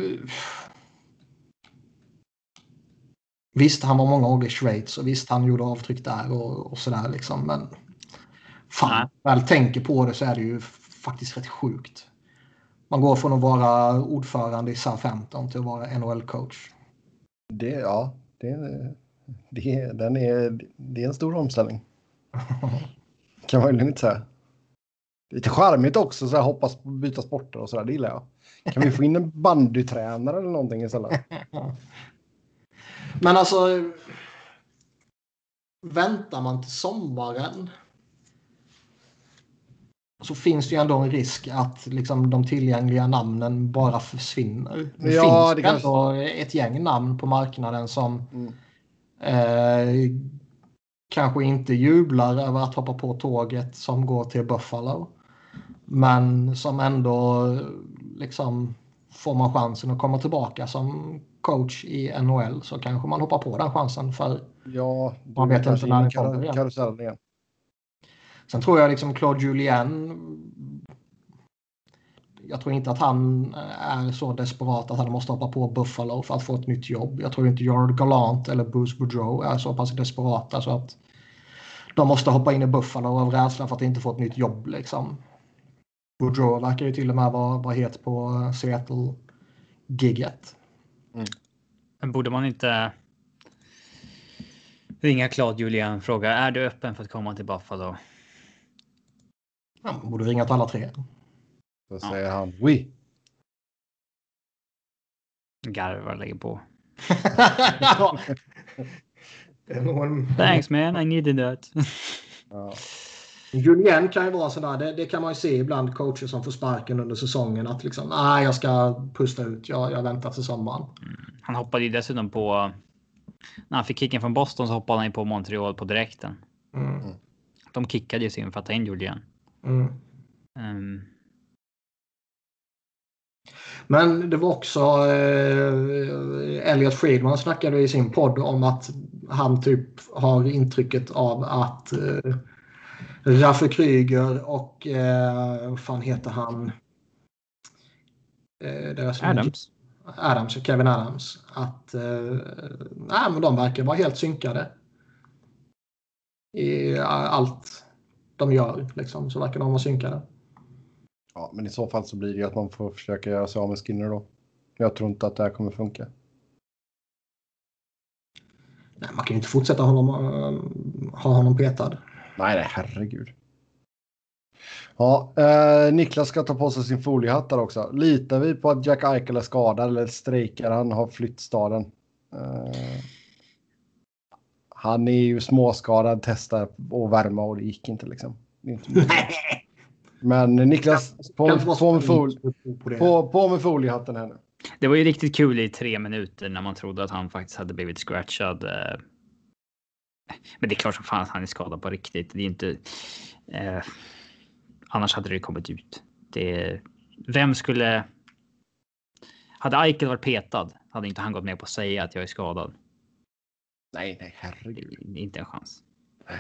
Visst, han var många år i Schweiz och visst, han gjorde avtryck där och, och sådär liksom, men fan, väl tänker på det så är det ju faktiskt rätt sjukt. Man går från att vara ordförande i Southampton till att vara N H L-coach. Det, ja, det, det, den är, det är en stor omställning. Kan man ju lugnt säga. Lite charmigt också, så här, hoppas på att byta sporter och sådär, det gillar jag. Kan vi få in en bandytränare eller någonting istället? Men alltså, väntar man till sommaren så finns det ju ändå en risk att liksom, de tillgängliga namnen bara försvinner. Det Ja, finns det ju kanske- ändå ett gäng namn på marknaden som Mm. eh, kanske inte jublar över att hoppa på tåget som går till Buffalo. Men som ändå liksom, får man chansen att komma tillbaka som coach i N H L så kanske man hoppar på den chansen, för Ja, du Man vet kanske inte när in i det kommer kar- igen. karusellen igen. sen tror jag liksom Claude Julien, jag tror inte att han är så desperat att han måste hoppa på Buffalo för att få ett nytt jobb. Jag tror inte Gerard Gallant eller Bruce Boudreau är så pass desperata så att de måste hoppa in i Buffalo av rädsla för att inte få ett nytt jobb liksom. Boudreau verkar ju till och med vara, vara het på Seattle-gigget. Men borde man inte ringa Claude Julien och fråga, är du öppen för att komma till Buffalo? Ja, man borde ringa till alla tre. Då Ja. säger han, oui. Garvar lägger på. Ja. Det är nog en- Thanks man, I needed that. Ja. Julien kan ju vara sådär, det, det kan man ju se ibland, coacher som får sparken under säsongen, att liksom, nej, jag ska pusta ut, jag, jag väntar till sommaren. Han hoppade ju dessutom på... När han fick kicken från Boston så hoppade han ju på Montreal på direkten. Mm. De kickade ju sin för att ta in Julien. Mm. Um. Men det var också eh, Elliot Friedman snackade i sin podd om att han typ har intrycket av att eh, Raffe Kryger och eh, vad fan heter han? Eh, deras Adams. Adams, Kevin Adams. Att eh, nej, men de verkar vara helt synkade. I allt de gör liksom, så verkar de vara synkade. Ja, men i så fall så blir det ju att man får försöka göra sig av med Skinner då. Jag tror inte att det här kommer funka. Nej, man kan ju inte fortsätta honom, uh, ha honom petad. Nej, nej, herregud. Ja, eh, Niklas ska ta på sig sin foliehatt där också. Litar vi på att Jack Eichel är skadad eller strejkar han har flytt staden? Eh, han är ju småskadad, testar att värma och det gick inte liksom. Det är inte Men Niklas, på, på, på, med fol, på, på med foliehatten här nu. Det var ju riktigt kul i tre minuter när man trodde att han faktiskt hade blivit scratchad. Men det är klart som fan att han är skadad på riktigt. Det är inte... Eh, annars hade det kommit ut. Det, vem skulle... Hade Eichel varit petad hade inte han gått med på att säga att jag är skadad. Nej, nej, herregud. Inte en chans. Nej.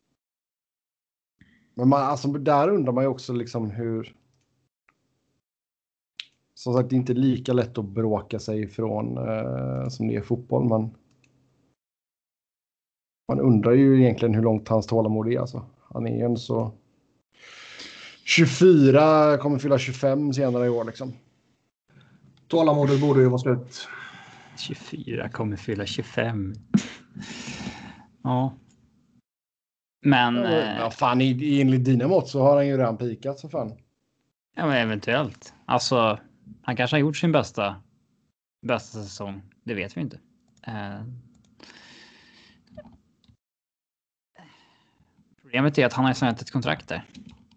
Men man, alltså, där undrar man ju också liksom hur... Som sagt, det är inte lika lätt att bråka sig ifrån eh, som det är fotboll. Men man undrar ju egentligen hur långt hans tålamod är. Alltså. Han är ju en så... tjugofyra, kommer fylla tjugofem senare i år liksom. Tålamodet borde ju vara slut. tjugofyra kommer fylla tjugofem. Ja. Men... Ja, men ja, fan, enligt dina mått så har han ju redan pikat så fan. Ja, men eventuellt. Alltså, han kanske har gjort sin bästa bästa säsong. Det vet vi inte. Uh, problemet är att han har signat ett kontrakt där.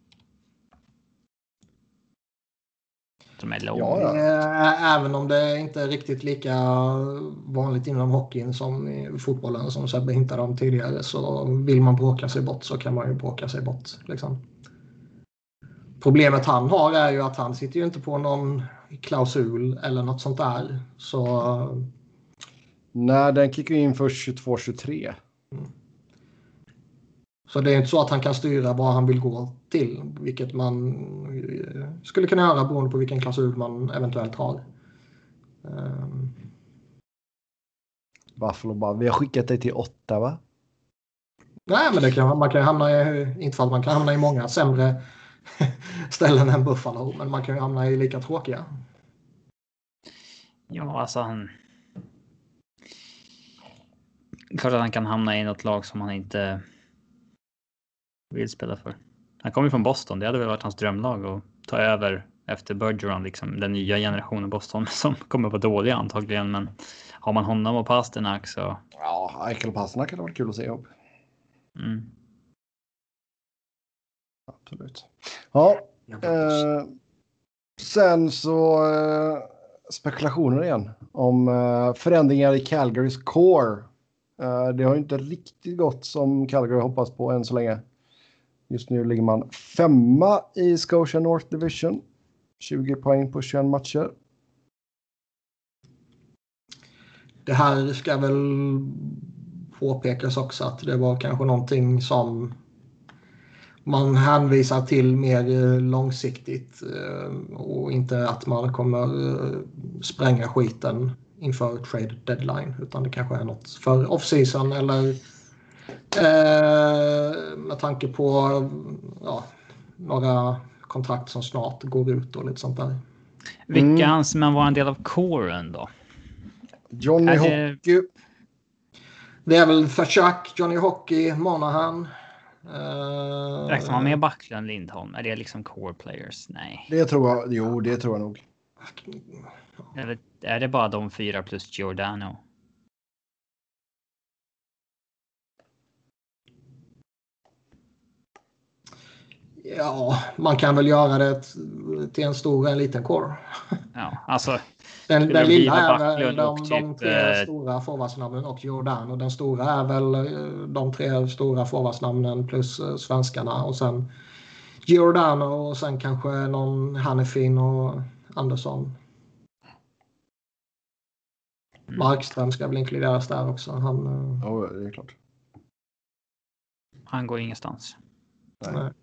Som är lång. Ja, ja. Även om det inte är riktigt lika vanligt inom hockeyn som i fotbollen som Sebbe hintade om tidigare, så vill man bråka sig bort så kan man ju bråka sig bort. Liksom. Problemet han har är ju att han sitter ju inte på någon klausul eller något sånt där. Så... Nej, den kickar in för tjugotvå tjugotre. Mm. Så det är inte så att han kan styra vad han vill gå till, vilket man skulle kunna göra beroende på vilken klausul man eventuellt har. Um... Buffalo bara, vi har skickat dig till åtta, va? Nej, men det kan, man kan hamna i, inte för att man kan hamna i många sämre ställen än Buffalo, men man kan ju hamna i lika tråkiga. Ja, alltså han... Klart att han kan hamna i något lag som han inte vill spela för. Han kommer ju från Boston. Det hade väl varit hans drömlag att ta över efter Bergeron, liksom den nya generationen Boston som kommer vara dåliga antagligen. Men har man honom och Pasternak så... Ja, Eichel och Pasternak hade varit kul att se ihop. Mm. Absolut. Ja. Eh, sen så eh, spekulationer igen om eh, förändringar i Calgarys core. Eh, det har inte riktigt gått som Calgary hoppas på än så länge. Just nu ligger man femma i Scotia North Division. tjugo poäng på tjugoett matcher. Det här ska väl påpekas också att det var kanske någonting som man hänvisar till mer långsiktigt och inte att man kommer spränga skiten inför trade deadline, utan det kanske är något för off-season eller eh, med tanke på ja, några kontrakt som snart går ut och lite sånt där. Vilka mm. anser man var en del av coren då? Johnny det... Hockey. Det är väl Fashak, Johnny Hockey, Monahan. Uh... Räknar man med Backlund, Lindholm? Är det liksom core players? Nej. Det tror jag. Jo, det tror jag nog. Eller är det bara de fyra plus Giordano? Ja, man kan väl göra det till en stor och en liten core. Ja, alltså... Den, den lilla är väl de, typ, de tre eh... stora forwardsnamnen och Giordano. Den stora är väl de tre stora forwardsnamnen plus svenskarna. Och sen Giordano och sen kanske någon Hannifin och Andersson. Mm. Markström ska väl inkluderas där också. Han, ja, det är klart. Han går ingenstans. Nej. Nej.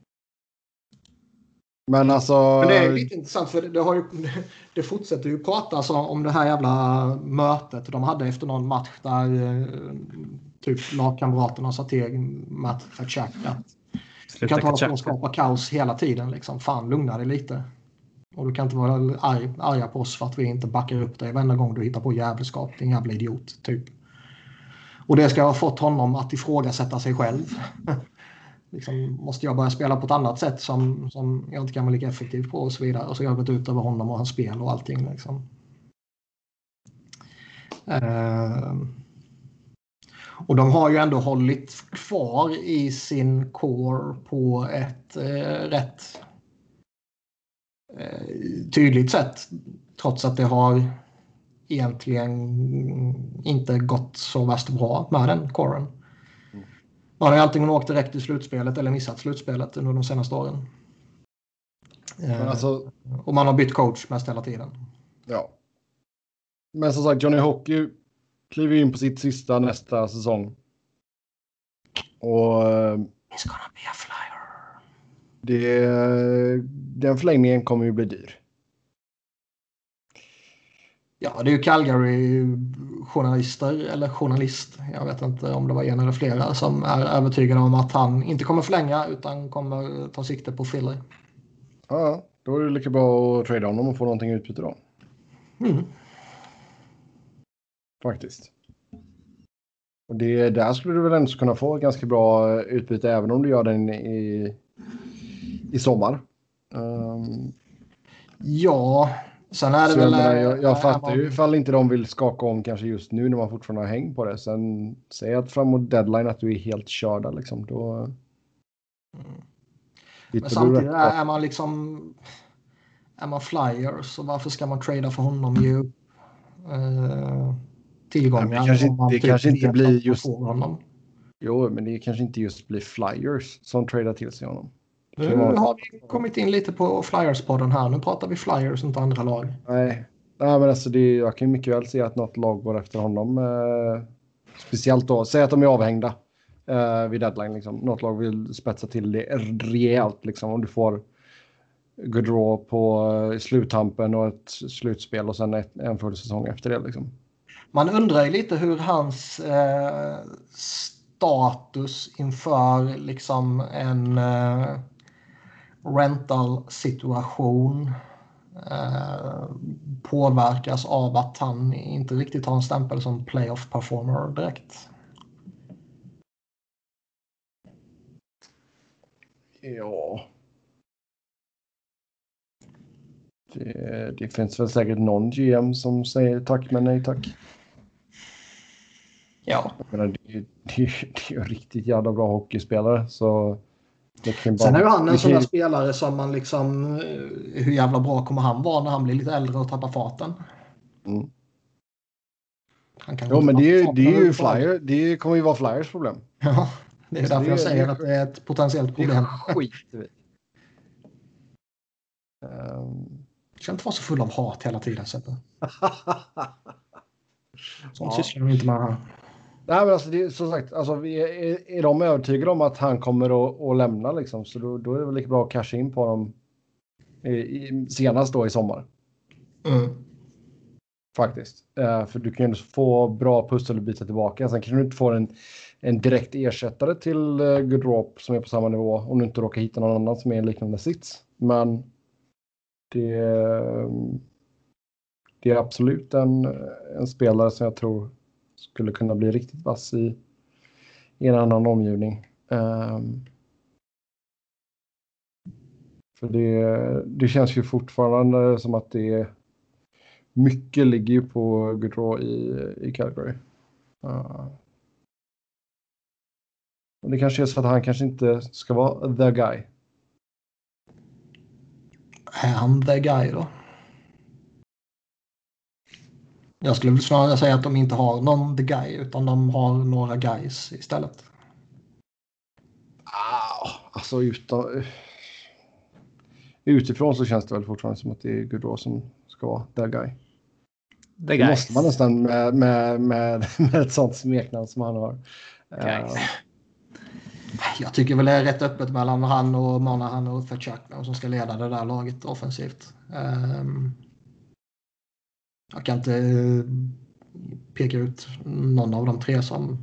Men alltså... Men det är lite intressant för det, har ju, det fortsätter ju pratas om det här jävla mötet de hade efter någon match där typ lagkamraterna sa till Matt Tkachuk att du kan inte hålla på och skapa kaos hela tiden. Liksom. Fan, lugna dig lite. Och du kan inte vara arg, arga på oss för att vi inte backar upp dig varenda gång du hittar på jävelskap. Det är en jävla idiot, typ. Och det ska ha fått honom att ifrågasätta sig själv. Liksom, måste jag börja spela på ett annat sätt som, som jag inte kan vara lika effektiv på och så vidare. Och så har jag gått ut över honom och hans spel och allting. Liksom. Uh, och de har ju ändå hållit kvar i sin core på ett uh, rätt uh, tydligt sätt. Trots att det har egentligen inte gått så värst bra med den coren. Man har ju antingen åkt direkt i slutspelet eller missat slutspelet under de senaste åren. Men alltså, och man har bytt coach mest hela tiden. Ja. Men som sagt, Johnny Hockey kliver in på sitt sista nästa säsong. Och It's gonna be a flyer. Det, den förlängningen kommer ju bli dyr. Ja, det är ju Calgary-journalister eller journalist, jag vet inte om det var en eller flera, som är övertygade om att han inte kommer förlänga utan kommer ta sikte på Philly. Ja, då är det lika bra att trada honom och få någonting utbyte då. Mm. Faktiskt. Och det, där skulle du väl ändå kunna få ett ganska bra utbyte även om du gör den i, i sommar. Um, ja... Sen är det så väl, jag, menar, jag, jag äh, fattar man... ju ifall inte de vill skaka om kanske just nu när man fortfarande har häng på det. Sen säg att framåt deadline att du är helt körda liksom. Då... Mm. Men samtidigt är, är man liksom är man Flyers och varför ska man trada för honom ju uh, tillgångar? Ja, det kanske, man det typ kanske inte blir just honom. Jo, men det kanske inte just blir Flyers som tradar till sig honom. Nu har vi kommit in lite på Flyers-podden här. Nu pratar vi Flyers, inte andra lag. Nej, Nej men alltså det, jag kan mycket väl se att något lag går efter honom. Eh, speciellt då, säg att de är avhängda eh, vid deadline. Liksom. Något lag vill spetsa till det rejält. Liksom. Om du får Gaudreau på eh, sluttampen och ett slutspel och sen ett, en full säsong efter det. Liksom. Man undrar ju lite hur hans eh, status inför liksom en... Eh, rental-situation eh, påverkas av att han inte riktigt har en stämpel som playoff-performer direkt. Ja. Det, det finns väl säkert någon G M som säger tack men nej tack. Ja. Jag menar, det, det, det är ju riktigt jävla bra hockeyspelare så... Bara, sen är ju han en sån där spelare som man liksom, hur jävla bra kommer han vara när han blir lite äldre och tappar farten? Mm. Han kan jo, men det är, det är ju Flyer, det kommer ju vara Flyers problem. Ja, det är så därför det, jag säger det, att det är ett potentiellt problem. Det är skit, du vet. Um... Jag ska inte vara så full av hat hela tiden. Så Sånt ja. sysslar vi inte med här. Nej, men alltså, det är, som sagt, alltså, är, är, är de övertygade om att han kommer att, att lämna liksom, så då, då är det väl lika bra att casha in på dem i, i, senast då i sommar. Mm. Faktiskt. Uh, för du kan ju få bra pusselbitar tillbaka. Sen kan du inte få en, en direkt ersättare till uh, Gaudreau som är på samma nivå om du inte råkar hitta någon annan som är en liknande sits. Men det, det är absolut en, en spelare som jag tror skulle kunna bli riktigt vass i, i en annan omgivning. Um, för det, det känns ju fortfarande som att det är mycket ligger ju på Gaudreau i, i Calgary. Uh, och det kanske är så att han kanske inte ska vara the guy. Är han the guy då? Jag skulle väl snarare säga att de inte har någon the guy utan de har några guys istället. Ah, alltså utan... utifrån så känns det väl fortfarande som att det är Gaudreau som ska vara the guy. The det måste man nästan med, med, med, med ett sånt smeknamn som han har. Uh, jag tycker väl det är rätt öppet mellan han och Monahan och Tkachuk som ska leda det där laget offensivt. Um, jag kan inte peka ut någon av de tre som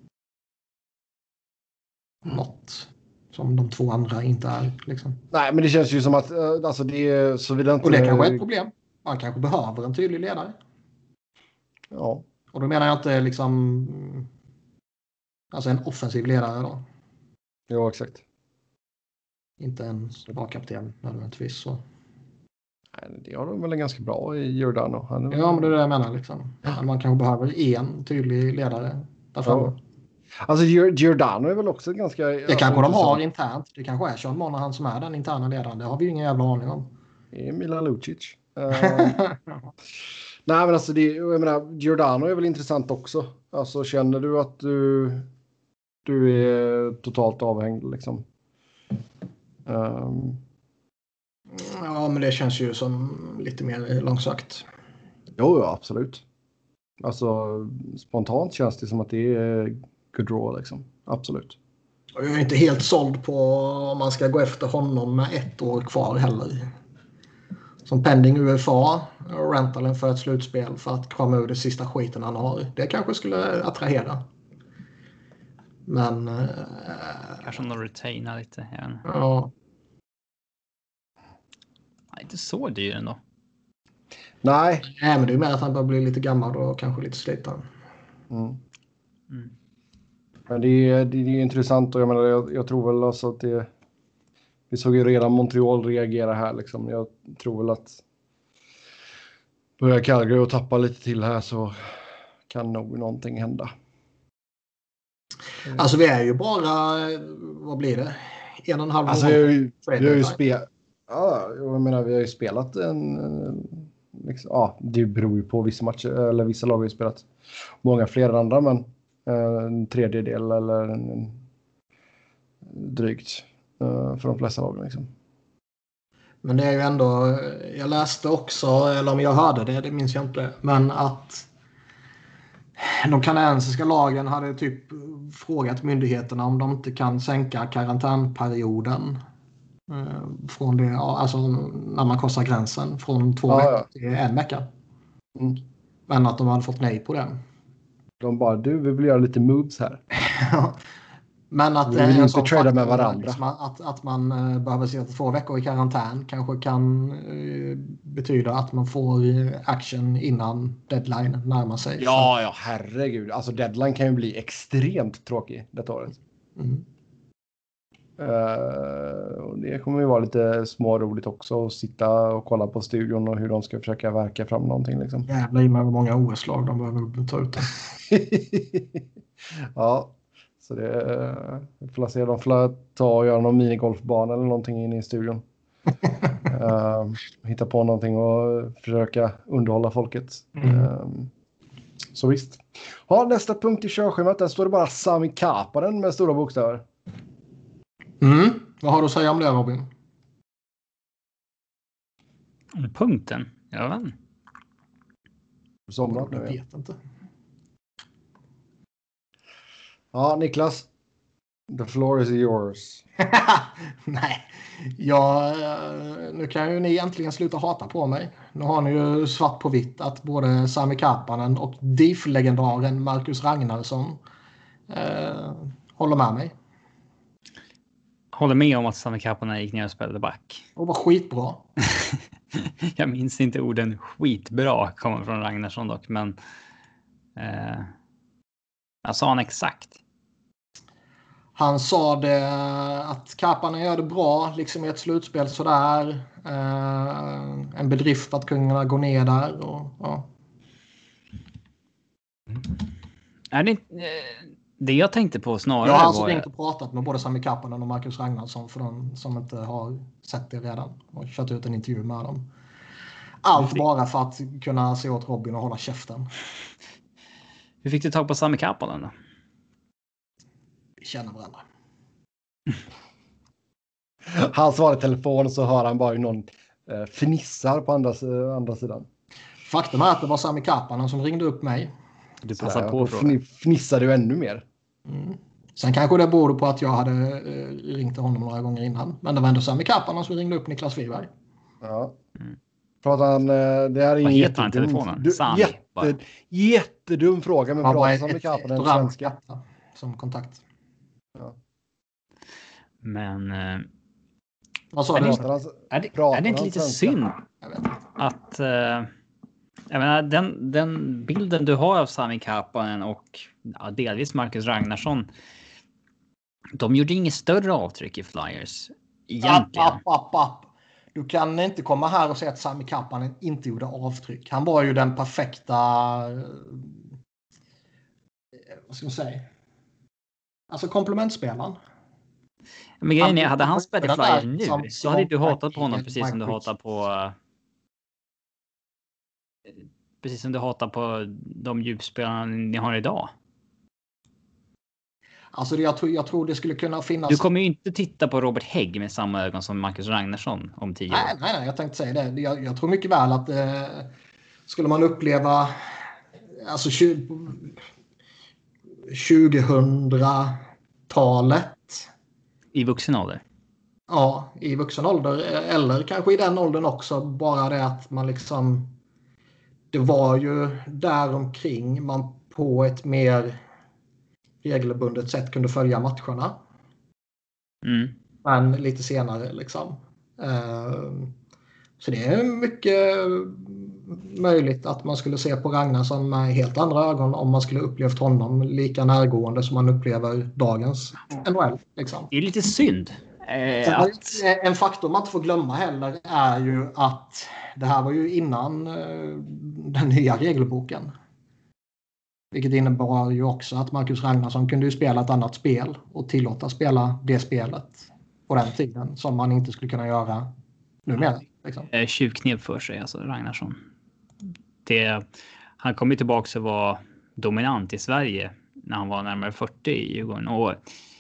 något som de två andra inte är. Liksom. Nej, men det känns ju som att alltså det är så vidare inte... Och det kanske är ett problem. Man kanske behöver en tydlig ledare. Ja. Och då menar jag inte liksom alltså en offensiv ledare då. Ja, exakt. Inte en lagkapten nödvändigtvis så. Nej, det har de väl en ganska bra i Giordano. Han är... Ja, men det är det jag menar liksom. Men man kanske behöver en tydlig ledare där framme. Ja. Alltså Giordano är väl också ganska... Det kanske de har internt. Det kanske är Sean Monahan som är den interna ledaren. Det har vi ju ingen jävla aning om. Det är Milan Lucic. Uh... Nej, men alltså det, jag menar, Giordano är väl intressant också. Alltså känner du att du du är totalt avhängd liksom? Um... Ja, men det känns ju som lite mer långsökt. Jo, ja, absolut. Alltså spontant känns det som att det är Gaudreau liksom. Absolut. Jag är inte helt såld på om man ska gå efter honom med ett år kvar heller. Som pending U F A och rentalen för ett slutspel för att komma ur det sista skiten han har. Det kanske skulle attrahera. Men... Äh, kanske om de retainar lite. Ja. Ja. Nej, inte så dyr ändå. Nej. Nej, men det är mer att han börjar bli lite gammal och kanske lite sliten. Mm. Mm. Men det är, det är intressant och jag menar, jag, jag tror väl alltså att det... Vi såg ju redan Montreal reagera här liksom. Jag tror väl att börjar Calgary och tappa lite till här så kan nog någonting hända. Alltså vi är ju bara, vad blir det? En och en halv alltså, vi har ju, vi har ju spelat, ja, jag menar vi har ju spelat en, liksom, ja, det beror ju på vissa matcher, eller vissa lag har ju spelat många fler andra, men en tredjedel eller en, en drygt för de flesta lagen liksom. Men det är ju ändå, jag läste också, eller om jag hörde det, det minns jag inte, men att de kanadensiska lagen hade typ frågat myndigheterna om de inte kan sänka karantänperioden eh, från det, alltså när man korsar gränsen från två ja, veckor ja. till en vecka. Mm. Men att de hade fått nej på det. De bara, du, vi vill göra lite moves här. Men att vi vill inte trada trada med varandra. Liksom, att, att man uh, behöver sitta två veckor i karantän kanske kan uh, betyda att man får action innan deadline närmar sig. Ja, ja, herregud. Alltså deadline kan ju bli extremt tråkig detta året. Mm. Uh, och det kommer ju vara lite småroligt också att sitta och kolla på studion och hur de ska försöka verka fram någonting liksom. Jävlar i med många O S-lag de behöver ta ut det. Ja. Så det vi får se, de får ta och göra någon minigolfbana eller någonting inne i studion. uh, hitta på någonting och försöka underhålla folket. Mm. Uh, så visst. Ja, nästa punkt i körschemat, där står det bara Sami Kapanen med stora bokstäver. Mm. Vad har du att säga om det, Robin? Punkten? Ja, men. Somrat nu, jag vet inte. Ja, Niklas. The floor is yours. Nej, ja, nu kan ju ni äntligen sluta hata på mig. Nu har ni ju svart på vitt att både Sami Kapanen och D I F-legendaren Marcus Ragnarsson eh, håller med mig. Håller med om att Sami Kapanen gick ner och spelade back. Och var skitbra. Jag minns inte orden skitbra kommer från Ragnarsson dock, men eh, jag sa han exakt. Han sa det att Kapanen gör det bra, liksom i ett slutspel sådär. Eh, en bedrift att kunna gå ner där. Och, ja. Är det, det jag tänkte på snarare jag har alltså var... ringt och pratat med både Sami Kapanen och Marcus Ragnarsson för de som inte har sett det redan. Och kört ut en intervju med dem. Allt fick... bara för att kunna se åt Robin och hålla käften. Hur fick du tag på Sami Kapanen då? Vi känner varandra. Han svarar i telefon så hör han bara hur någon eh, fnissar på andra, andra sidan. Faktum är att det var Sami Kapanen som ringde upp mig. Du passar på och frågan. Fnissar du ännu mer? Mm. Sen kanske det berodde på att jag hade eh, ringt honom några gånger innan. Men det var ändå Sami Kapanen som ringde upp Niklas Wiberg. Ja. Mm. Pratar han, det här är vad ingen heter han i telefonen? Du, Sami, jätte, jättedum fråga, men pratar Sami Kapanen svenska? Som kontakt. Ja. Men... Eh, vad sa är, du? det, är, det, är det inte lite svenska? Synd att... Eh, jag menar, den, den bilden du har av Sami Kapanen och ja, delvis Marcus Ragnarsson, de gjorde inget större avtryck i Flyers egentligen. App, app, app. Du kan inte komma här och säga att Sami Kapanen inte gjorde avtryck. Han var ju den perfekta, vad ska man säga, alltså komplementspelaren. Men grejen är, hade han spelat i Flyers nu som, så hade du hatat på honom precis som du hatar på precis som du hatar på de djupspelarna ni har idag. Alltså jag tror, jag tror det skulle kunna finnas... Du kommer ju inte titta på Robert Hägg med samma ögon som Marcus Ragnarsson om tio år. Nej, nej, nej jag tänkte säga det. Jag, jag tror mycket väl att eh, skulle man uppleva alltså tjugohundratalet i vuxen ålder. Ja, i vuxen ålder eller kanske i den åldern också, bara det att man liksom det var ju där omkring man på ett mer regelbundet sätt kunde följa matcherna. Mm. Men lite senare liksom. Så det är mycket möjligt att man skulle se på Ragnarsson med helt andra ögon om man skulle upplevt honom lika närgående som man upplever dagens N H L. Liksom. Det är lite synd. Eh, att... En faktor man inte får glömma heller är ju att det här var ju innan eh, den nya regelboken. Vilket innebar ju också att Marcus Ragnarsson kunde ju spela ett annat spel och tillåta spela det spelet på den tiden som man inte skulle kunna göra numera. Liksom. Tjuvknep för sig, alltså Ragnarsson. Det, han kom ju tillbaka och var dominant i Sverige när han var närmare fyrtio i Djurgården. Och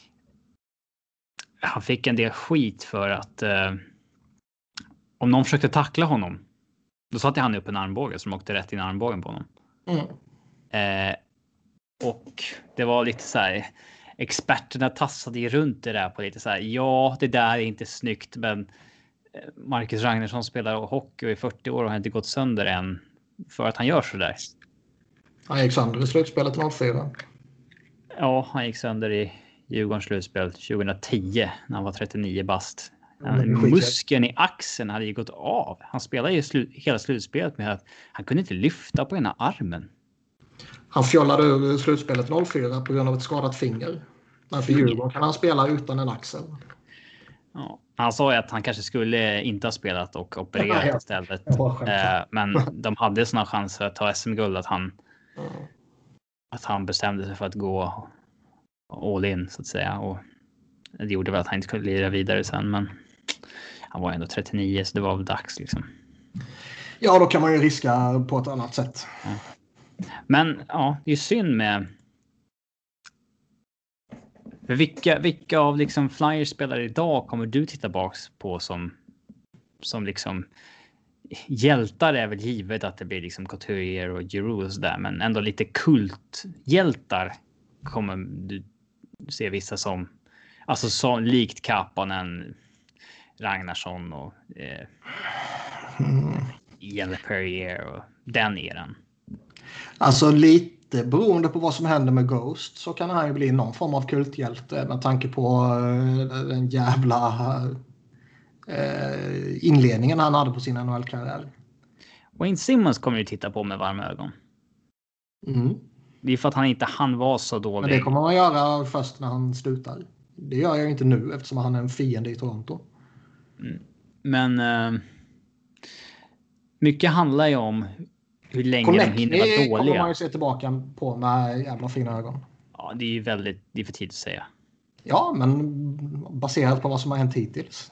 han fick en del skit för att eh, om någon försökte tackla honom, då satte han upp en armbåge som åkte rätt in i armbågen på honom. Mm. Eh, och det var lite så här, experterna tassade ju runt det där på lite så här, ja, det där är inte snyggt, men Marcus Ragnarsson spelar hockey i fyrtio år och har inte gått sönder än för att han gör så där. Han gick sönder i slutspelet noll fyra. Ja, han gick sönder i Djurgårdens slutspel tjugohundratio när han var trettionio bast. Mm, muskeln i axeln hade ju gått av. Han spelade ju slu- hela slutspelet med att han kunde inte lyfta på ena armen. Han fjollade ur slutspelet noll fyra på grund av ett skadat finger. Men för Djurgården kan han spela utan en axel. Ja, han sa ju att han kanske skulle inte ha spelat och opererat ja, istället. Eh, men de hade såna chanser att ta S M-guld att han mm. att han bestämde sig för att gå all in så att säga. Och det gjorde väl att han inte kunde lira vidare sen, men han var ändå trettionio så det var väl dags liksom. Ja, då kan man ju riska på ett annat sätt. Ja. Men ja, det är synd med för vilka, vilka av liksom Flyers spelare idag kommer du titta baks på som som liksom hjältar är väl givet att det blir liksom Couturier och Giroux där, men ändå lite kulthjältar kommer du se vissa som alltså så likt Kapanen, Ragnarsson och eh, mm. Ian Perrier och den eran. Alltså lite beroende på vad som händer med Ghost så kan han ju bli någon form av kulthjälte med tanke på uh, den jävla uh, inledningen han hade på sin N H L-karriär. Wayne Simmons kommer ju titta på med varma ögon. Mm. Det är för att han inte han var så dålig. Men det kommer man göra först när han slutar. Det gör jag inte nu eftersom han är en fiende i Toronto. Mm. Men uh, mycket handlar ju om hur länge Connect, de hinner vara dåliga. Det kommer man ju se tillbaka på med jävla fina ögon. Ja, det är ju väldigt det är för tidigt att säga. Ja, men baserat på vad som har hänt hittills.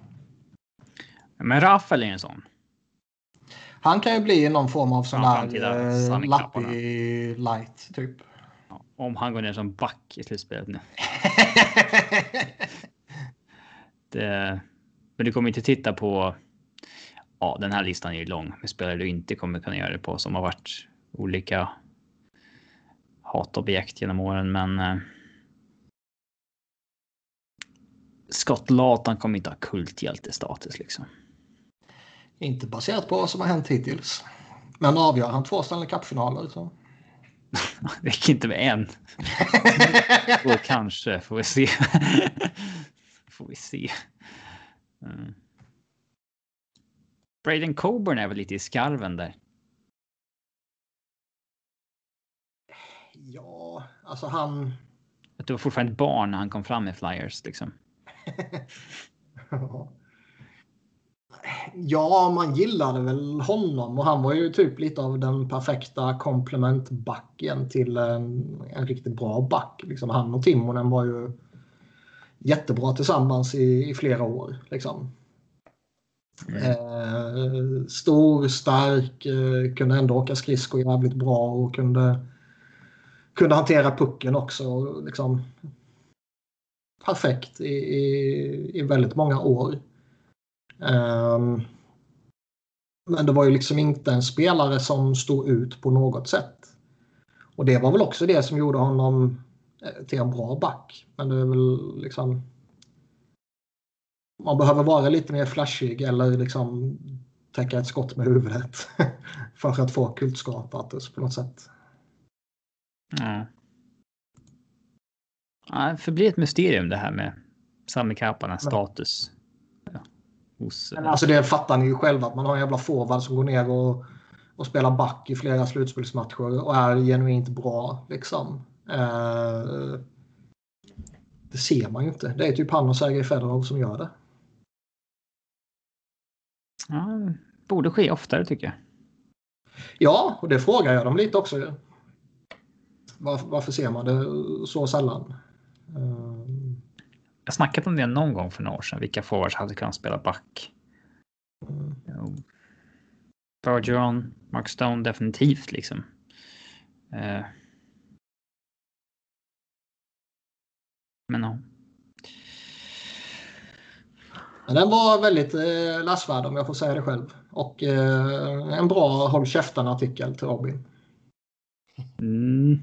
Men Rafael är en sån. Han kan ju bli någon form av sån ja, där uh, lappy light typ. Ja, om han går ner som back i slutspelet nu. det, Men du kommer inte titta på... Ja, den här listan är ju lång. Med spelare du inte kommer kunna göra det på som har varit olika hatobjekt genom åren. Men eh, Scott Laughton kommer inte ha kulthjältestatus liksom. Inte baserat på vad som har hänt hittills. Men avgör han två Stanley Cup-finaler så. Det gick inte med en. Och kanske får vi se. Får vi se. Mm. Braden Coburn är väl lite i skarven där. Ja, alltså han... Att du var fortfarande ett barn när han kom fram med Flyers liksom. Ja, man gillade väl honom och han var ju typ lite av den perfekta komplementbacken till en, en riktigt bra back. Liksom, han och Timonen var ju jättebra tillsammans i, i flera år. Liksom. Mm. Eh, stor, stark, eh, kunde ändå åka skridskor jävligt bra och kunde, kunde hantera pucken också. Liksom, perfekt i, i, i väldigt många år. Um, men det var ju liksom inte en spelare som stod ut på något sätt. Och det var väl också det som gjorde honom till en bra back. Men det är väl liksom... Man behöver vara lite mer flashig eller liksom täcka ett skott med huvudet för att få kultstatus på något sätt. Ja. Ja, det förblir ett mysterium det här med Sami Kapanens status. Ja. Hos, Men alltså det fattar ni ju själva att man har en jävla forward som går ner och, och spelar back i flera slutspelsmatcher och är genuint bra liksom. Eh, det ser man ju inte. Det är typ han och Sergej Fedorov som gör det. Ja, borde ske oftare tycker jag. Ja, och det frågar jag dem lite också. Var, varför ser man det så sällan? Uh... Jag snackat om det någon gång för några år sedan. Vilka forwards hade kunnat spela back? Mm. Bergeron, Mark Stone definitivt liksom. Uh... Men ja. Men den var väldigt eh, läsvärd om jag får säga det själv. Och eh, en bra håll käften-artikel till Robin. Mm.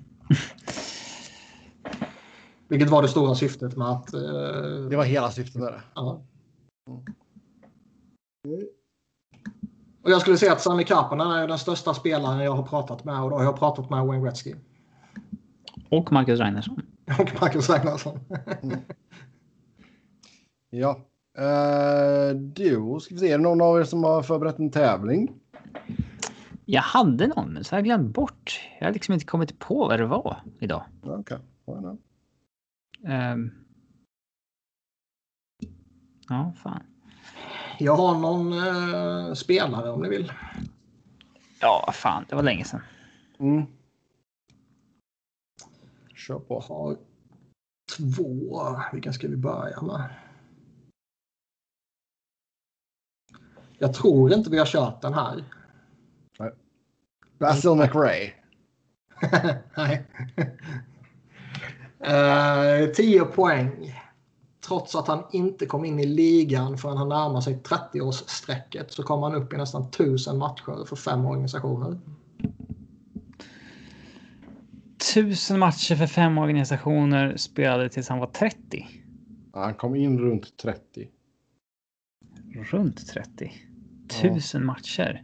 Vilket var det stora syftet med att... Eh, det var hela syftet med det. Ja. Mm. Och jag skulle säga att Sami Kapanen är den största spelaren jag har pratat med. Och då har jag pratat med Wayne Gretzky. Och Marcus Ragnarsson. Och Marcus Ragnarsson. mm. Ja. Uh, då ska vi se. Är det någon av er som har förberett en tävling? Jag hade någon, men så har jag glömt bort. Jag har liksom inte kommit på vad det var idag. Okej. Okay. Um, ja, fan. Jag har någon uh, spelare om ni vill. Ja, fan. Det var länge sedan. Mm. Kör på. Jag har två. Vilka ska vi börja med? Jag tror inte vi har kört den här. Nej. Basil McRae. Nej. uh, tio poäng. Trots att han inte kom in i ligan förrän han närmar sig trettio-årssträcket så kom han upp i nästan tusen matcher för fem organisationer. Tusen matcher för fem organisationer spelade tills han var trettio. Ja, han kom in runt trettio. Runt trettio. Tusen ja. matcher.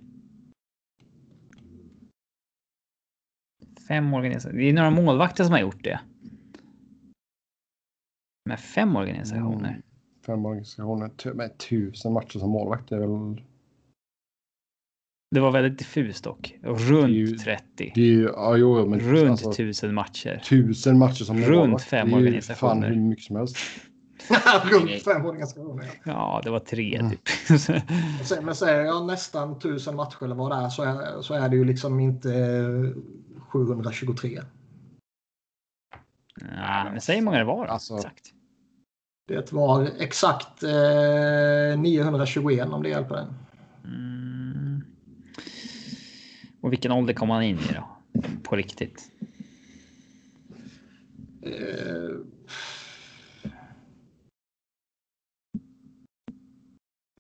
Fem organisationer. Det är några målvakter som har gjort det. Med fem organisationer. Mm. Fem organisationer med tusen matcher som målvakt är väl... Det var väldigt diffust dock. Runt det ju, trettio. Det är ju, ja, jo, men runt alltså, tusen matcher. Tusen matcher som runt målvakt. Fem det är ju organisationer. Fan hur mycket som helst. Runt fem organisationer. Ja. ja, det var tre mm. typ. Men säger jag nästan tusen matcher eller vad det är så är, så är det ju liksom inte sjuhundratjugotre. Ja, men säg hur många det var. Alltså, exakt. Det var exakt eh, niohundratjugoett om det hjälper den. Mm. Och vilken ålder kom han in i då? På riktigt? Eh,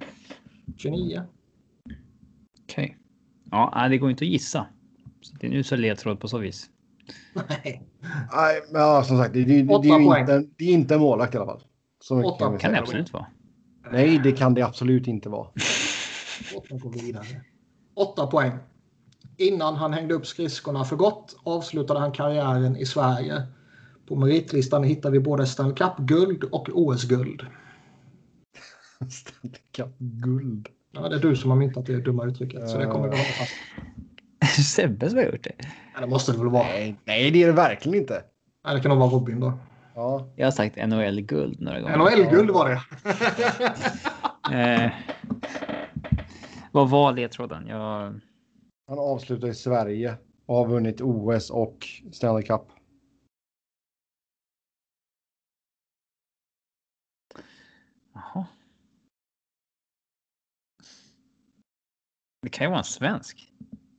tjugonio. Okej. Okay. Ja, det går inte att gissa. Så det är nu så ledtråd på så vis. Nej. Nej, men ja, som sagt, det, det, det, det, är ju inte, det är inte en målvakt i alla fall. Så mycket Åtta kan, vi kan säga. det absolut vara. Nej, det kan det absolut inte vara. Åtta går vidare. Åtta poäng. Innan han hängde upp skridskorna för gott avslutade han karriären i Sverige. På meritlistan hittar vi både Stanley Cup-guld och O S-guld. Stanley Cup-guld. Ja, det är du som har myntat det dumma uttrycket, så det kommer vi hålla fast. Sebbe som har gjort det. Ja, det måste det väl vara. Nej, nej, det är det verkligen inte. Nej, det kan nog vara Robin då. Ja. Jag har sagt N H L-guld några gånger. N H L-guld var det. eh, vad var ledtråden? Jag... Han avslutar i Sverige och har vunnit O S och Stanley Cup. Jaha. Det kan ju vara en svensk.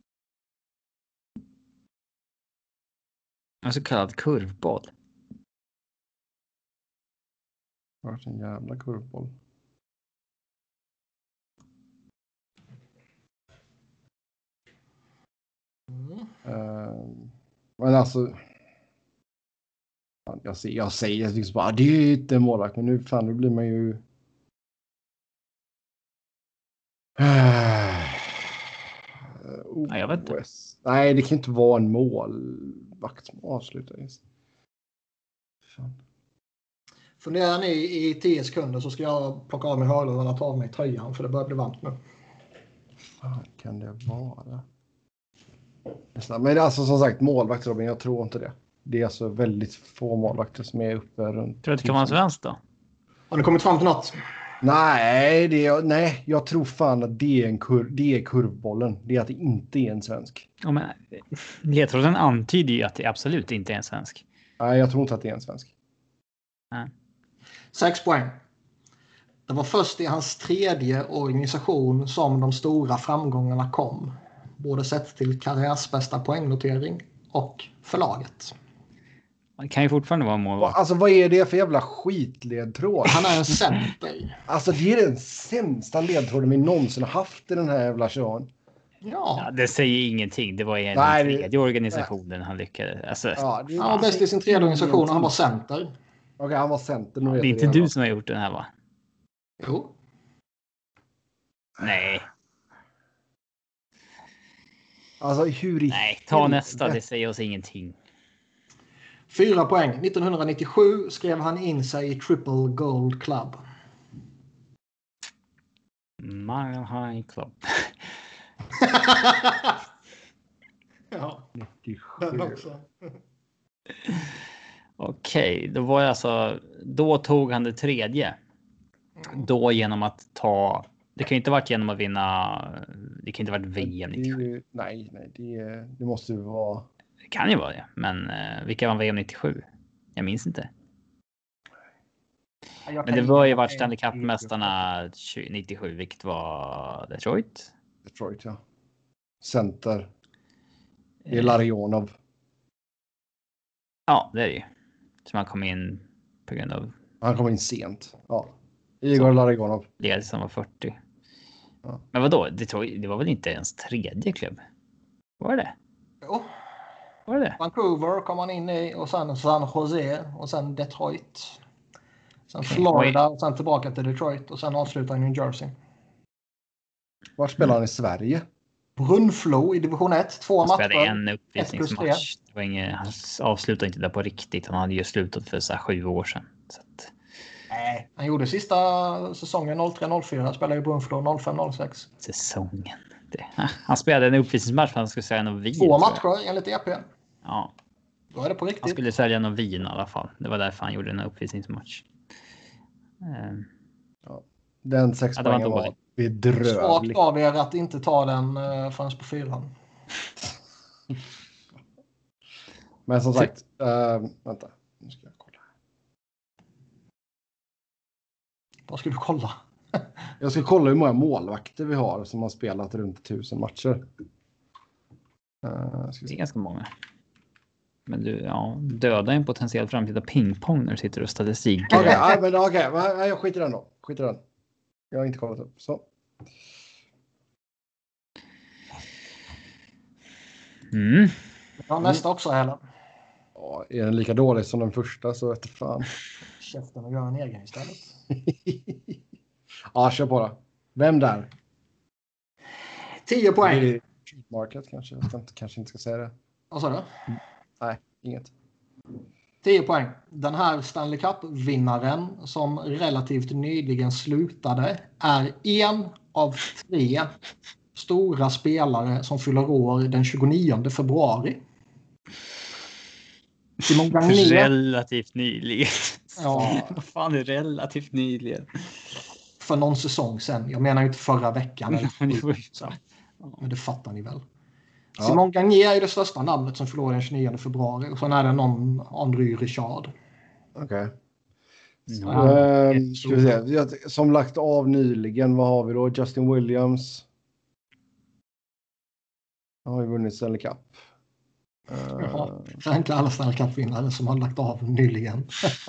En så kallad kurvboll. Vart en jävla kurvboll. Mm. Uh, men alltså... Jag, ser, jag säger liksom bara, det är ju inte målvakt, men nu fan, nu blir man ju... Uh, Nej, jag vet inte. Nej, det kan inte vara en målvakt som avslutar. Fan. Funderar ni i tio sekunder så ska jag plocka av mig hörlurarna och ta av mig tröjan för det börjar bli varmt nu. Fan kan det vara? Men alltså som sagt, målvakt Robin, jag tror inte det. Det är alltså väldigt få målvakter som är uppe runt. Tror du att det kan vara en svensk då? Har ni kommit fram till något? Nej, det är, nej, jag tror fan att det är, en kur, det är kurvbollen. Det är att det inte är en svensk. Ja, men ledtråden antyder ju att det absolut inte är en svensk. Nej, jag tror inte att det är en svensk. Nej. Sex poäng. Det var först i hans tredje organisation som de stora framgångarna kom. Både sett till karriärsbästa poängnotering och förlaget. Det kan ju fortfarande vara målvakt. Alltså vad är det för jävla skitledtråd? Han är en center. Alltså det är den sämsta ledtråden vi någonsin haft i den här jävla showen. Ja. Ja, det säger ingenting. Det var i den Nej, tredje det... organisationen han lyckades. Alltså, ja, det... Han var bäst i sin tredje organisation och han var center. Okej, okay, han var center. Ja, det är inte du som har gjort den här, va? Jo. Nej. Alltså hur i... Nej, ta nästa. Det säger oss ingenting. Fyra poäng. nittonhundranittiosju skrev han in sig i Triple Gold Club. Mile High Club. Ja, nittiosju. också. Okej, då var jag alltså... Då tog han det tredje. Då genom att ta... Det kan ju inte varit genom att vinna... Det kan inte varit V M nittiosju. Nej, nej, det, det måste ju vara... Det kan ju vara det. Men uh, vilka var V M nittiosju? Jag minns inte. Men det var ju varit Stanley Cup-mästarna nittiosju, vilket var Detroit. Detroit, ja. Center. Det är Larionov. Ja, det är det ju. Som han kom in på grund av... Han kom in sent. Ja. Igor Larionov. Led som var fyrtio. Ja. Men vadå? Detroit, det var väl inte ens tredje klubb? Var det? Jo. Var det? Vancouver kom han in i och sen San Jose och sen Detroit. Sen Florida och sen tillbaka till Detroit och sen avslutar han i New Jersey. Var spelar han i Sverige? Brunflo i division ett, två han matcher. Han spelade en uppvisningsmatch. Det var ingen, han avslutade inte där på riktigt. Han hade ju slutat för så här sju år sedan. Så att... Nej, han gjorde sista säsongen noll tre noll fyra. Han spelade i Brunflo noll fem noll sex. Säsongen. Det. Han spelade en uppvisningsmatch för han skulle sälja någon vin. Två matcher enligt E P. Ja. Då är det på riktigt. Han skulle sälja någon vin i alla fall. Det var därför han gjorde en uppvisningsmatch. Um. Ja. Den sex ja, poängen var, var bedrövlig. Svagt av er att inte ta den uh, förrän på fyran. Men som sagt, uh, vänta. Nu ska jag kolla. Vad ska du kolla? Jag ska kolla hur många målvakter vi har som har spelat runt tusen matcher. Uh, det är ganska många. Men du, ja, döda en potentiell framtida pingpong när du sitter och statistik. Okej, okay, men okej, okay, jag skiter i den då. Skiter i den. Jag har inte kollat upp. Så. Mm. Ja, nästa också Helen. Ja, är den lika dålig som den första så vet jag fan. Käften och gör en egen istället. Ja, kör på då. Vem där? tio poäng. Det är Market kanske. Jag inte, kanske inte ska säga det. Vad sa du? Nej, inget. tio poäng. Den här Stanley Cup-vinnaren som relativt nyligen slutade är en av tre stora spelare som fyller år den tjugonionde februari. Simon Gagné. Relativt nyligen. Ja. Vad fan är relativt nyligen? För någon säsong sedan. Jag menar ju inte förra veckan. Eller Ja. Men det fattar ni väl. Ja. Simon Gagné är det största namnet som förlorar den tjugonionde februari. Och sen är det någon André Richard. Okej. Okay. Ja. Um, ska vi se. Som lagt av nyligen, vad har vi då? Justin Williams. Han har ju vunnit Stanley Cup. Uh... Ja, det är inte alla Stanley Cup-vinnare som har lagt av nyligen.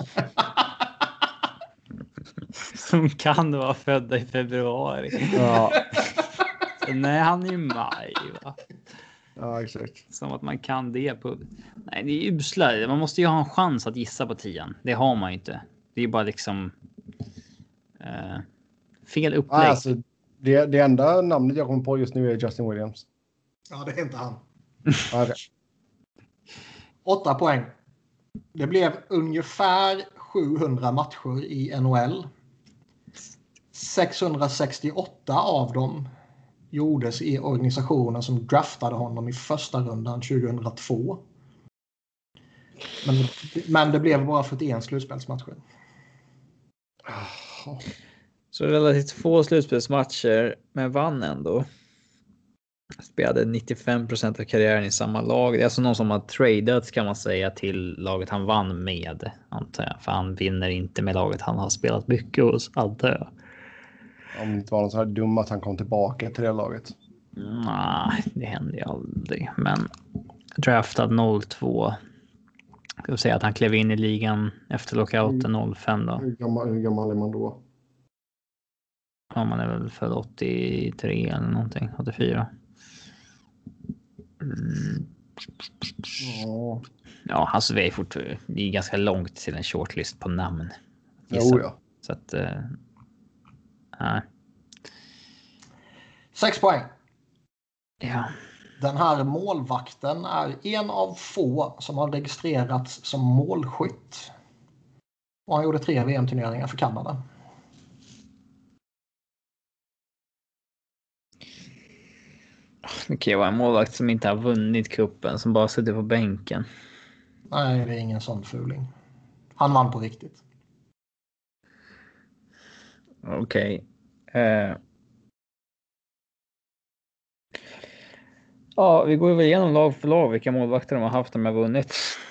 Som kan vara födda i februari. Ja. Så nej, han är i maj, va? Ja, exakt. Som att man kan det på... Nej, det är usla. Man måste ju ha en chans att gissa på tian. Det har man ju inte. Det är bara liksom... Uh, fel upplägg. Ah, alltså, det, det enda namnet jag kommer på just nu är Justin Williams. Ja, det är inte han. Okay. Åtta poäng. Det blev ungefär sjuhundra matcher i N H L. sexhundrasextioåtta av dem gjordes i organisationen som draftade honom i första rundan tjugohundratvå. Men, men det blev bara fyrtioen slutspelsmatcher. Så relativt få slutspelsmatcher, men vann ändå. Spelade nittiofem procent av karriären i samma lag. Det är alltså någon som har tradats kan man säga till laget han vann med, antar jag. För han vinner inte med laget han har spelat mycket hos, antar jag. Om det inte var något så här dumt att han kom tillbaka till det laget. Nej, det hände ju aldrig. Men draftad noll två. Ska vi säga att han klev in i ligan efter lockouten noll fem då. Hur gammal, hur gammal är man då? Ja, man är väl född åttiotre eller någonting, åttiofyra. Mm. Ja. Ja, alltså vi är fortfarande, det är ganska långt till en shortlist på namn. Jo, ja. Så att, äh, nej. Sex poäng. Ja. Den här målvakten är en av få som har registrerats som målskytt. Och han gjorde tre V M-turneringar för Kanada. Det kan ju vara en målvakt som inte har vunnit kuppen, som bara sitter på bänken. Nej, det är ingen sån fuling. Han vann på riktigt. Okej. Okay. Uh... Ja, vi går väl igenom lag för lag vilka målvakter de har haft de har vunnit.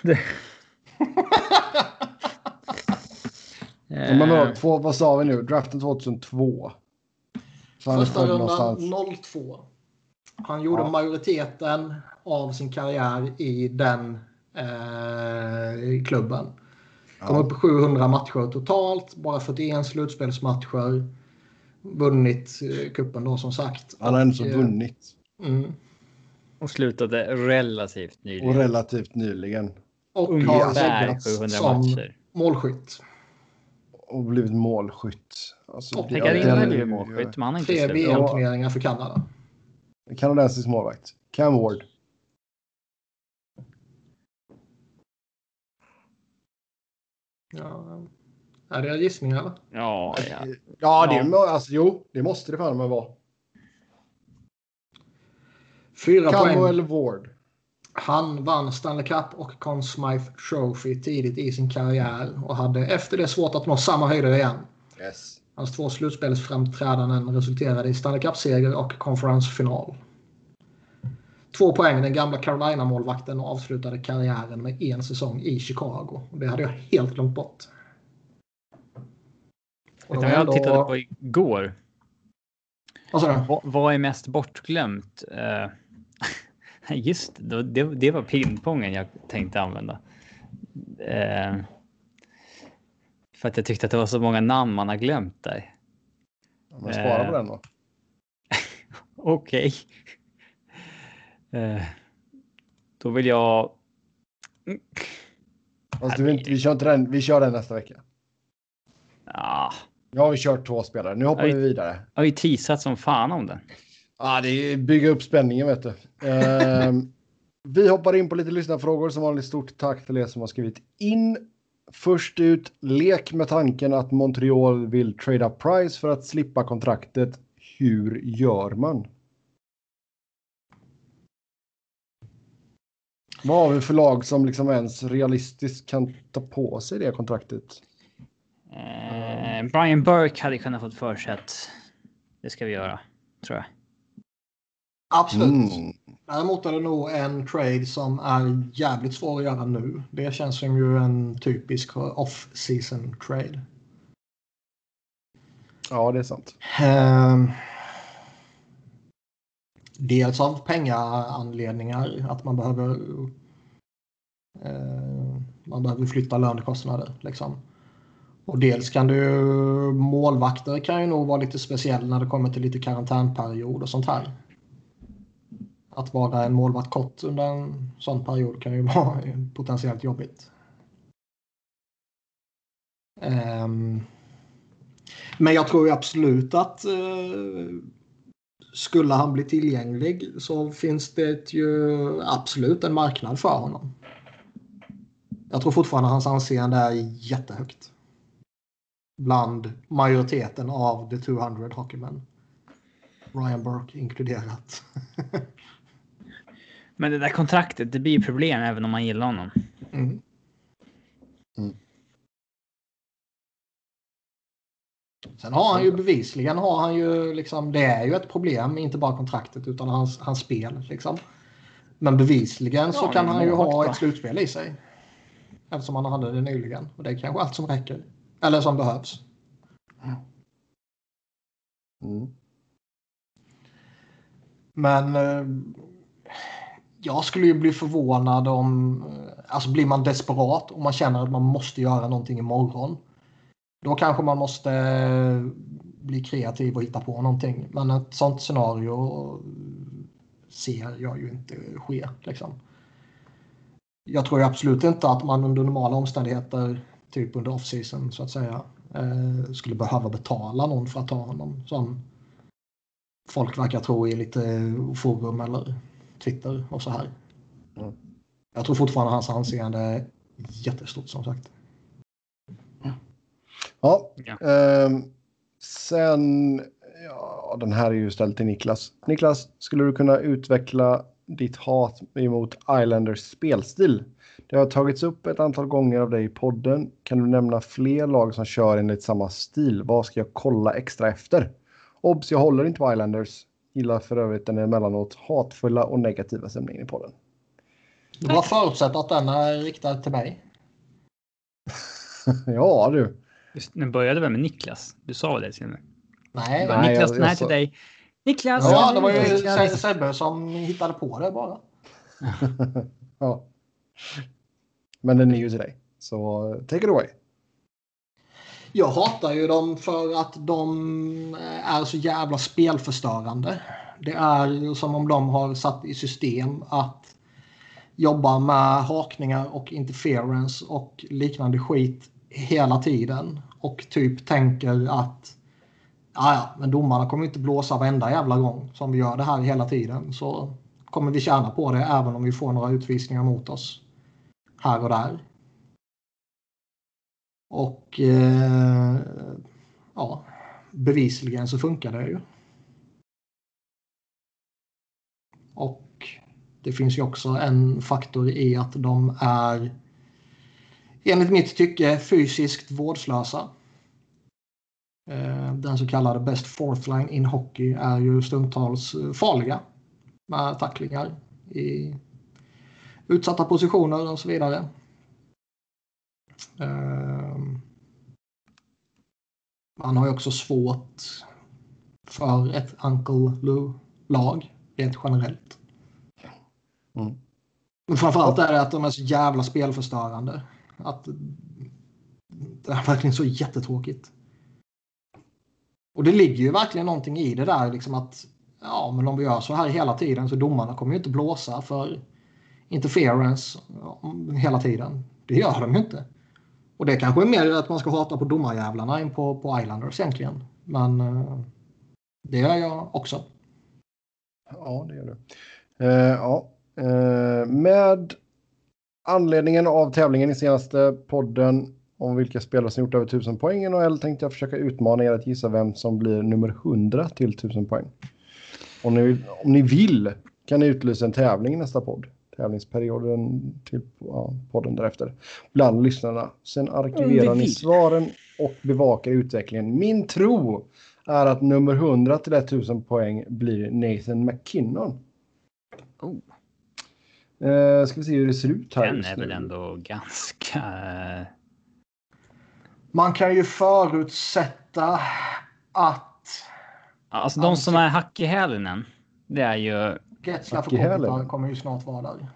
Men då, två, vad sa vi nu? Draften tjugohundratvå. Så första rundan noll två. Han gjorde ja. majoriteten av sin karriär i den eh, klubben. Kom ja. upp sjuhundra matcher totalt. Bara fyrtioen slutspelsmatcher. Vunnit eh, kuppen då som sagt. Han har ändå eh, vunnit. Mm. Och slutade relativt nyligen. Och relativt nyligen. Och ungefär har sjuhundra som matcher. Målskytt. Och blivit målskytt. Alltså, och Pekarin är ju målskytt. Man har inte tre V M-turneringar för Kanada. Kanadensisk målvakt. Cam Ward. Ja. Är det gissningar eller? Ja, ja. Ja, det är, alltså, jo, det måste det fan med vara. Fyra Cam poäng. eller Ward. Han vann Stanley Cup och Conn Smythe Trophy tidigt i sin karriär och hade efter det svårt att nå samma höjder igen. Yes. Hans två slutspelsframträdanden resulterade i Stanley Cup-seger och konferensfinal. Två poäng, den gamla Carolina-målvakten avslutade karriären med en säsong i Chicago. Det hade jag helt glömt bort. Och jag ändå... tittade på igår. Vad, vad är mest bortglömt? Uh... Just det, det, det var pingpongen jag tänkte använda. Uh... För att jag tyckte att det var så många namn man har glömt där. Men spara på den då. Okej. Uh, då vill jag... Alltså, du inte, vi, kör inte den, vi kör den nästa vecka. Ja. Nu har vi kört två spelare. Nu hoppar jag, vi vidare. Jag har ju teasat som fan om den. Ja, det är bygga upp spänningen, vet du. Uh, vi hoppar in på lite lyssnarfrågor. Som vanligt, stort tack till er som har skrivit in. Först ut, lek med tanken att Montreal vill trade up price för att slippa kontraktet. Hur gör man? Vad har vi för lag som liksom ens realistiskt kan ta på sig det kontraktet? Eh, Brian Burke hade kunnat få ett försätt. Det ska vi göra, tror jag. Absolut. Mm. Däremot är det nog en trade som är jävligt svår att göra nu. Det känns som ju en typisk off-season trade. Ja, det är sant. Um, dels av pengaanledningar. Att man behöver uh, man behöver flytta lönekostnader. Liksom. Och dels kan du målvakter kan ju nog vara lite speciell när det kommer till lite karantänperiod och sånt här. Att vara en målvakt kort under en sån period kan ju vara potentiellt jobbigt. Um, men jag tror ju absolut att uh, skulle han bli tillgänglig så finns det ju absolut en marknad för honom. Jag tror fortfarande hans anseende är jättehögt. Bland majoriteten av the tvåhundra hockeymän. Ryan Burke inkluderat. Men det där kontraktet, det blir problem även om man gillar honom. Mm. Mm. Sen har han ju bevisligen har han ju liksom, det är ju ett problem, inte bara kontraktet utan hans, hans spel liksom. Men bevisligen så ja, kan han ju ha då. ett slutspel i sig. Eftersom han hade det nyligen. Och det är kanske allt som räcker. Eller som behövs. Mm. Men eh, jag skulle ju bli förvånad om, alltså blir man desperat och man känner att man måste göra någonting imorgon. Då kanske man måste bli kreativ och hitta på någonting. Men ett sånt scenario ser jag ju inte ske. Liksom. Jag tror absolut inte att man under normala omständigheter, typ under off-season så att säga, eh, skulle behöva betala någon för att ta honom. Som folk verkar tro i lite forum eller Twitter och så här. Mm. Jag tror fortfarande hans anseende är jättestort som sagt. Ja, Ja. eh, sen, ja, den här är ju ställd till Niklas. Niklas, skulle du kunna utveckla ditt hat emot Islanders spelstil? Det har tagits upp ett antal gånger av dig i podden. Kan du nämna fler lag som kör enligt samma stil? Vad ska jag kolla extra efter? Obs, jag håller inte på Islanders. Gillar för övrigt den emellanåt hatfulla och negativa stämningen i podden. Du bara förutsätter att den är riktad till mig. Ja, du. Den började väl med Niklas? Du sa det till mig. Nej, Nej, Niklas, jag- nej jag till sa- dig. Niklas! ja, det var ju Niklas. Se- Sebbe som hittade på det bara. Ja. Men den är ju till dig. Så take it away. Jag hatar ju dem för att de är så jävla spelförstörande. Det är som om de har satt i system att jobba med hakningar och interference och liknande skit hela tiden. Och typ tänker att ja, men domarna kommer inte blåsa varenda jävla gång som vi gör det här hela tiden. Så kommer vi tjäna på det även om vi får några utvisningar mot oss här och där. Och eh, ja, bevisligen så funkar det ju. Och det finns ju också en faktor i att de är enligt mitt tycke fysiskt vårdslösa. Eh, den så kallade best fourth line in hockey är ju stundtals farliga med tacklingar i utsatta positioner och så vidare. Eh, Man har ju också svårt för ett Uncle Lou-lag rent generellt. Mm. Men framförallt är det att de är så jävla spelförstörande. Att det är verkligen så jättetråkigt. Och det ligger ju verkligen någonting i det där. Liksom att Ja, men om vi gör så här hela tiden så domarna kommer ju inte blåsa för interference hela tiden. Det gör de ju inte. Och det kanske är mer att man ska hata på domarjävlarna än på, på Islanders egentligen. Men uh, det gör jag också. Ja, det gör du. Uh, ja. Uh, med anledningen av tävlingen i senaste podden om vilka spelare som gjort över tusen poäng i N H L tänkte jag försöka utmana er att gissa vem som blir nummer hundra till tusen poäng. Om ni, om ni vill kan ni utlysa en tävling i nästa podd. Tävlingsperioden till ja, podden därefter. Bland lyssnarna. Sen arkiverar ni svaren och bevakar utvecklingen. Min tro är att nummer hundra till tusen poäng blir Nathan McKinnon. Oh. Uh, ska vi se hur det ser ut här. Den är väl ändå ganska... Man kan ju förutsätta att... Alltså de som är hack i hälen, det är ju... Getzlaff och Kopitar kommer ju snart vara där.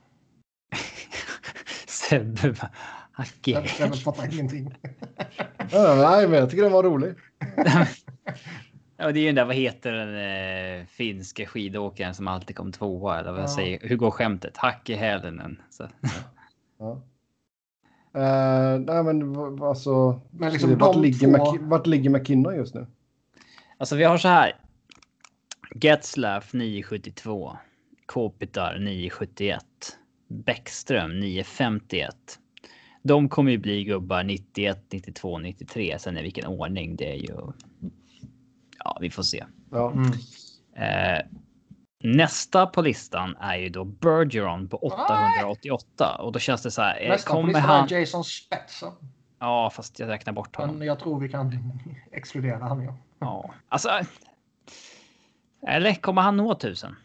Sebbe hack i hälen. Sebbe fattar ingenting. Ja, nej, men jag tycker den var rolig. Ja, det är ju den där, vad heter den eh, finska skidåkaren som alltid kom tvåa, eller vad jag ja. säger, hur går skämtet? Hack i hälen. Så. Ja. Uh, nej, men alltså, men liksom vart, ligger två... Mac, vart ligger McKinnon just nu? Alltså vi har så här. Getzlaff nio sjuttiotvå, Kopitar nio sjuttioett, Bäckström nio femtioett. De kommer ju bli gubbar nittioett, nittiotvå, nittiotre. Sen i vilken ordning det är ju... Ja, vi får se. Ja. Mm. Eh, nästa på listan är ju då Bergeron på åttahundraåttioåtta. Och då känns det så här... Eh, nästa kommer på listan han... är Jason Spezza. Ja, fast jag räknar bort honom. Men jag tror vi kan exkludera han, ja. Ja, alltså... Eller kommer han nå tusen?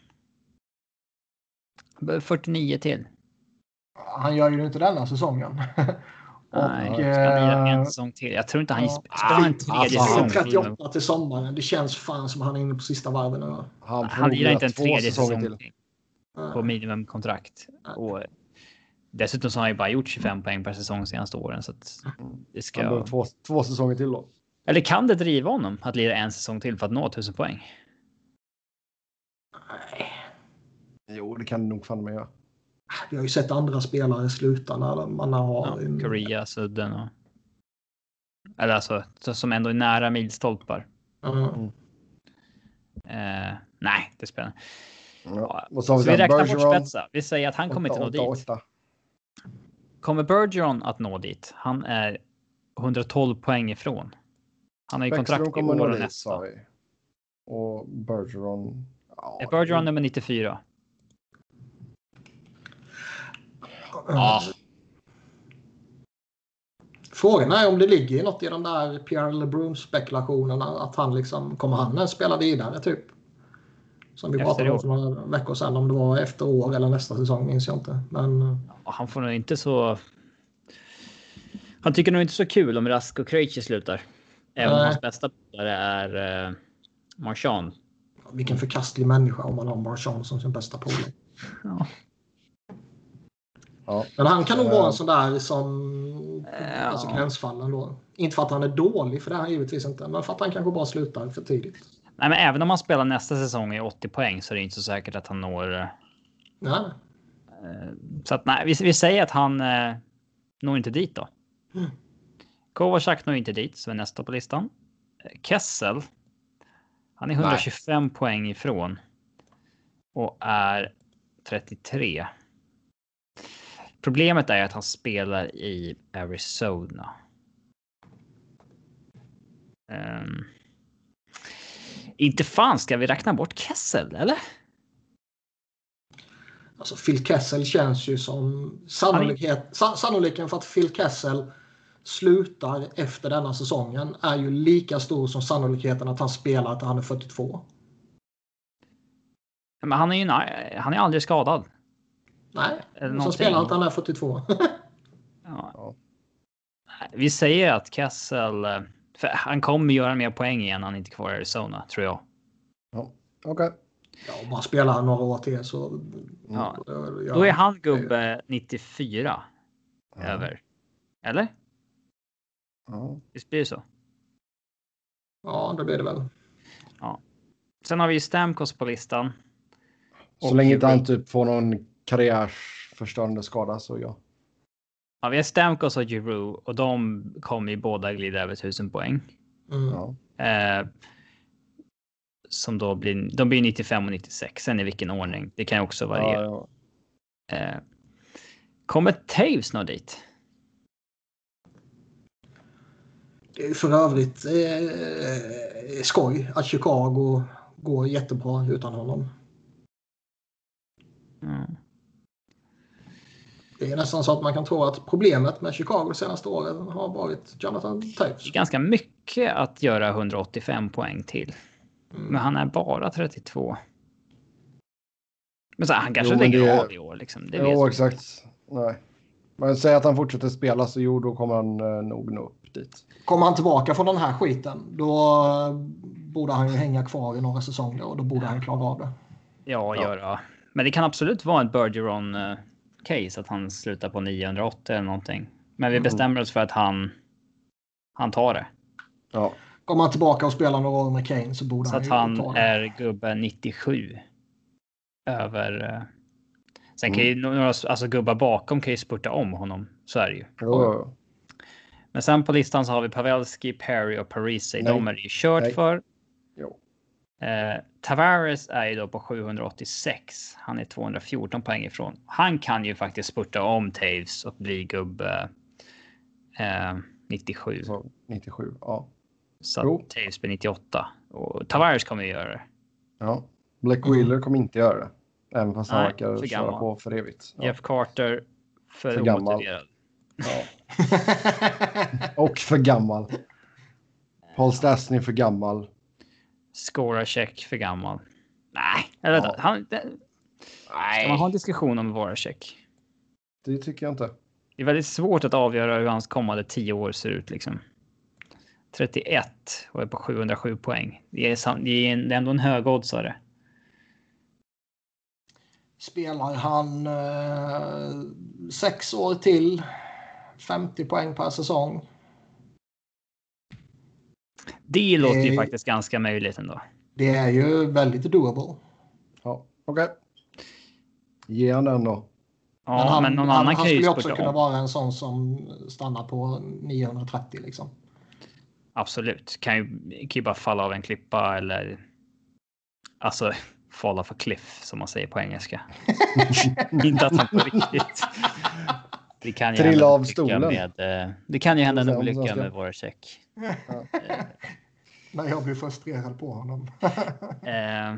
fyrtionio till. Han gör ju inte denna säsongen. Och, nej, ska han en säsong till? Jag tror inte han ja. Ska ha en tredje alltså, säsong trettioåtta till sommaren. Det känns fan som han är inne på sista varven nu. Han, han lirar inte en tredje säsong till. till. Nej. På minimumkontrakt. Och dessutom så har han ju bara gjort tjugofem poäng per säsong senaste åren. Så att det ska... Han två, två säsonger till då. Eller kan det driva honom att lira en säsong till för att nå tusen poäng? Nej. Jo, det kan det nog fan med göra. Vi har ju sett andra spelare sluta när man har... Ja, en... Korea, Sudden och... Eller alltså, som ändå är nära milstolpar. Mm. Eh, nej, det spelar. Ja. Ja. Så vi, så vi räknar Bergeron, bort Spetsa. Vi säger att han kommer inte nå dit. åtta. Kommer Bergeron att nå dit? Han är hundratolv poäng ifrån. Han har ju kontrakt i år och nästa. Och Bergeron... Ja, är Bergeron nummer nittiofyra? Ja. Frågan är om det ligger i något i den där Pierre LeBrun-spekulationerna. Att han liksom, kommer han spela vidare typ? Som vi efter pratade om för några veckor sedan. Om det var efter år eller nästa säsong minns jag inte. Men... Ja, han får nog inte så... Han tycker nog inte så kul om Rask och Krejci slutar. Även om hans bästa spelare är uh, Marchand. Vilken förkastlig människa om man har Marchand som sin bästa polare. Ja. Ja. Men han kan nog vara en sån där som ja. Alltså gränsfallen då. Inte för att han är dålig, för det är han givetvis inte. Men för att han kanske bara slutar för tidigt. Nej, men även om han spelar nästa säsong i åttio poäng så är det inte så säkert att han når... Nej. Så att nej, vi, vi säger att han eh, når inte dit då. Mm. Kovacic når inte dit, så är nästa på listan. Kessel. Han är hundratjugofem nej. Poäng ifrån. Och är trettiotre. Problemet är att han spelar i Arizona. Um, inte fan ska vi räkna bort Kessel, eller? Alltså Phil Kessel känns ju som sannolikhet, är... sannolikheten för att Phil Kessel slutar efter denna säsongen är ju lika stor som sannolikheten att han spelar att han är fyrtiotvå. Men han är ju han är aldrig skadad. Nej, så spelar att han är fyrtiotvå. Ja. Vi säger att Kessel, för han kommer göra mer poäng igen, han är inte kvar i Arizona, tror jag. Ja, okej. Okay. Ja, om han spelar några år till så... Ja. Ja. Då är han gubbe nittiofyra. Ja. Över. Eller? Ja. Visst blir det så? Ja, det blir det väl. Ja. Sen har vi ju Stamkos på listan. Så Och länge inte Giroud. han typ får någon karriärsförstörande skada så ja. Ja, vi har Stamkos och Giroud och de kommer ju båda glida över tusen poäng. Mm. Ja. Eh, som då blir, de blir nittiofem och nittiosex. Sen i vilken ordning. Det kan ju också variera. Ja, ja. Eh, kommer Taves nå dit? Det är ju för övrigt eh, skoj att Chicago går jättebra utan honom. Mm. Det är nästan så att man kan tro att problemet med Chicago de senaste åren har varit Jonathan Taves. Det är ganska mycket att göra hundraåttiofem poäng till. Mm. Men han är bara trettiotvå. Men så, han kanske Jo, men lägger det- av i år. Liksom. Det Jo, vet vi exakt. Nej. Men säg att han fortsätter spela så jo, då kommer han eh, nog nå upp dit. Kommer han tillbaka från den här skiten då eh, borde han ju hänga kvar i några säsonger och då borde han klara av det. Ja, Ja. göra. Men det kan absolut vara ett Bergeron uh, case att han slutar på niohundraåttio eller någonting. Men vi Mm. bestämmer oss för att han han tar det. Ja. Kommer han tillbaka och spelar några år med Kane så borde Så han att ju han ta det. är gubbe nittiosju. Över. Uh... Sen Mm. kan ju några alltså gubbar bakom kan ju spurta om honom. Så är det ju. Jo, jo. Men sen på listan så har vi Pavelski, Perry och Parisi. Nej. De är det ju kört Nej. för. Jo. Eh, Tavares är ju då på sjuhundraåttiosex. Han är tvåhundrafjorton poäng ifrån. Han kan ju faktiskt spurta om Taves och bli gubbe eh, nittiosju. Så nittiosju, ja. Så Jo. att Taves blir nittioåtta. Och Tavares kommer ju göra det. Ja. Black Wheeler kommer inte göra det. Även fast han Nej, verkar för köra gammal. på för evigt. Ja. Jeff Carter för, För gammal. omotiverad. Ja. Och för gammal. Paul Stastny för gammal. Scora check för gammal. Nej, eller Ja. vänta. Han, det, ska man ha en diskussion om våra check? Det tycker jag inte. Det är väldigt svårt att avgöra hur hans kommande tio år ser ut. Liksom. trettioett och är på sjuhundrasju poäng. Det är, sam- det är, en, det är ändå en hög oddsare. Spelar han eh, sex år till, femtio poäng per säsong. Det låter ju Eh. faktiskt ganska möjligt ändå. Det är ju väldigt doable. Ja, okej. Ge han den då. Ja, men han, men någon han, annan han kan ju skulle också spurta kunna om. vara en sån som stannar på niohundratrettio liksom. Absolut. Kan ju, kan ju bara falla av en klippa eller alltså falla för cliff som man säger på engelska. Inte att han på riktigt. Det kan ju Trilla hända en av olycka stolen. Med, eh, det kan ju hända en Om man olycka ska- med våra check. Ja. När jag blir frustrerad på honom. Eh,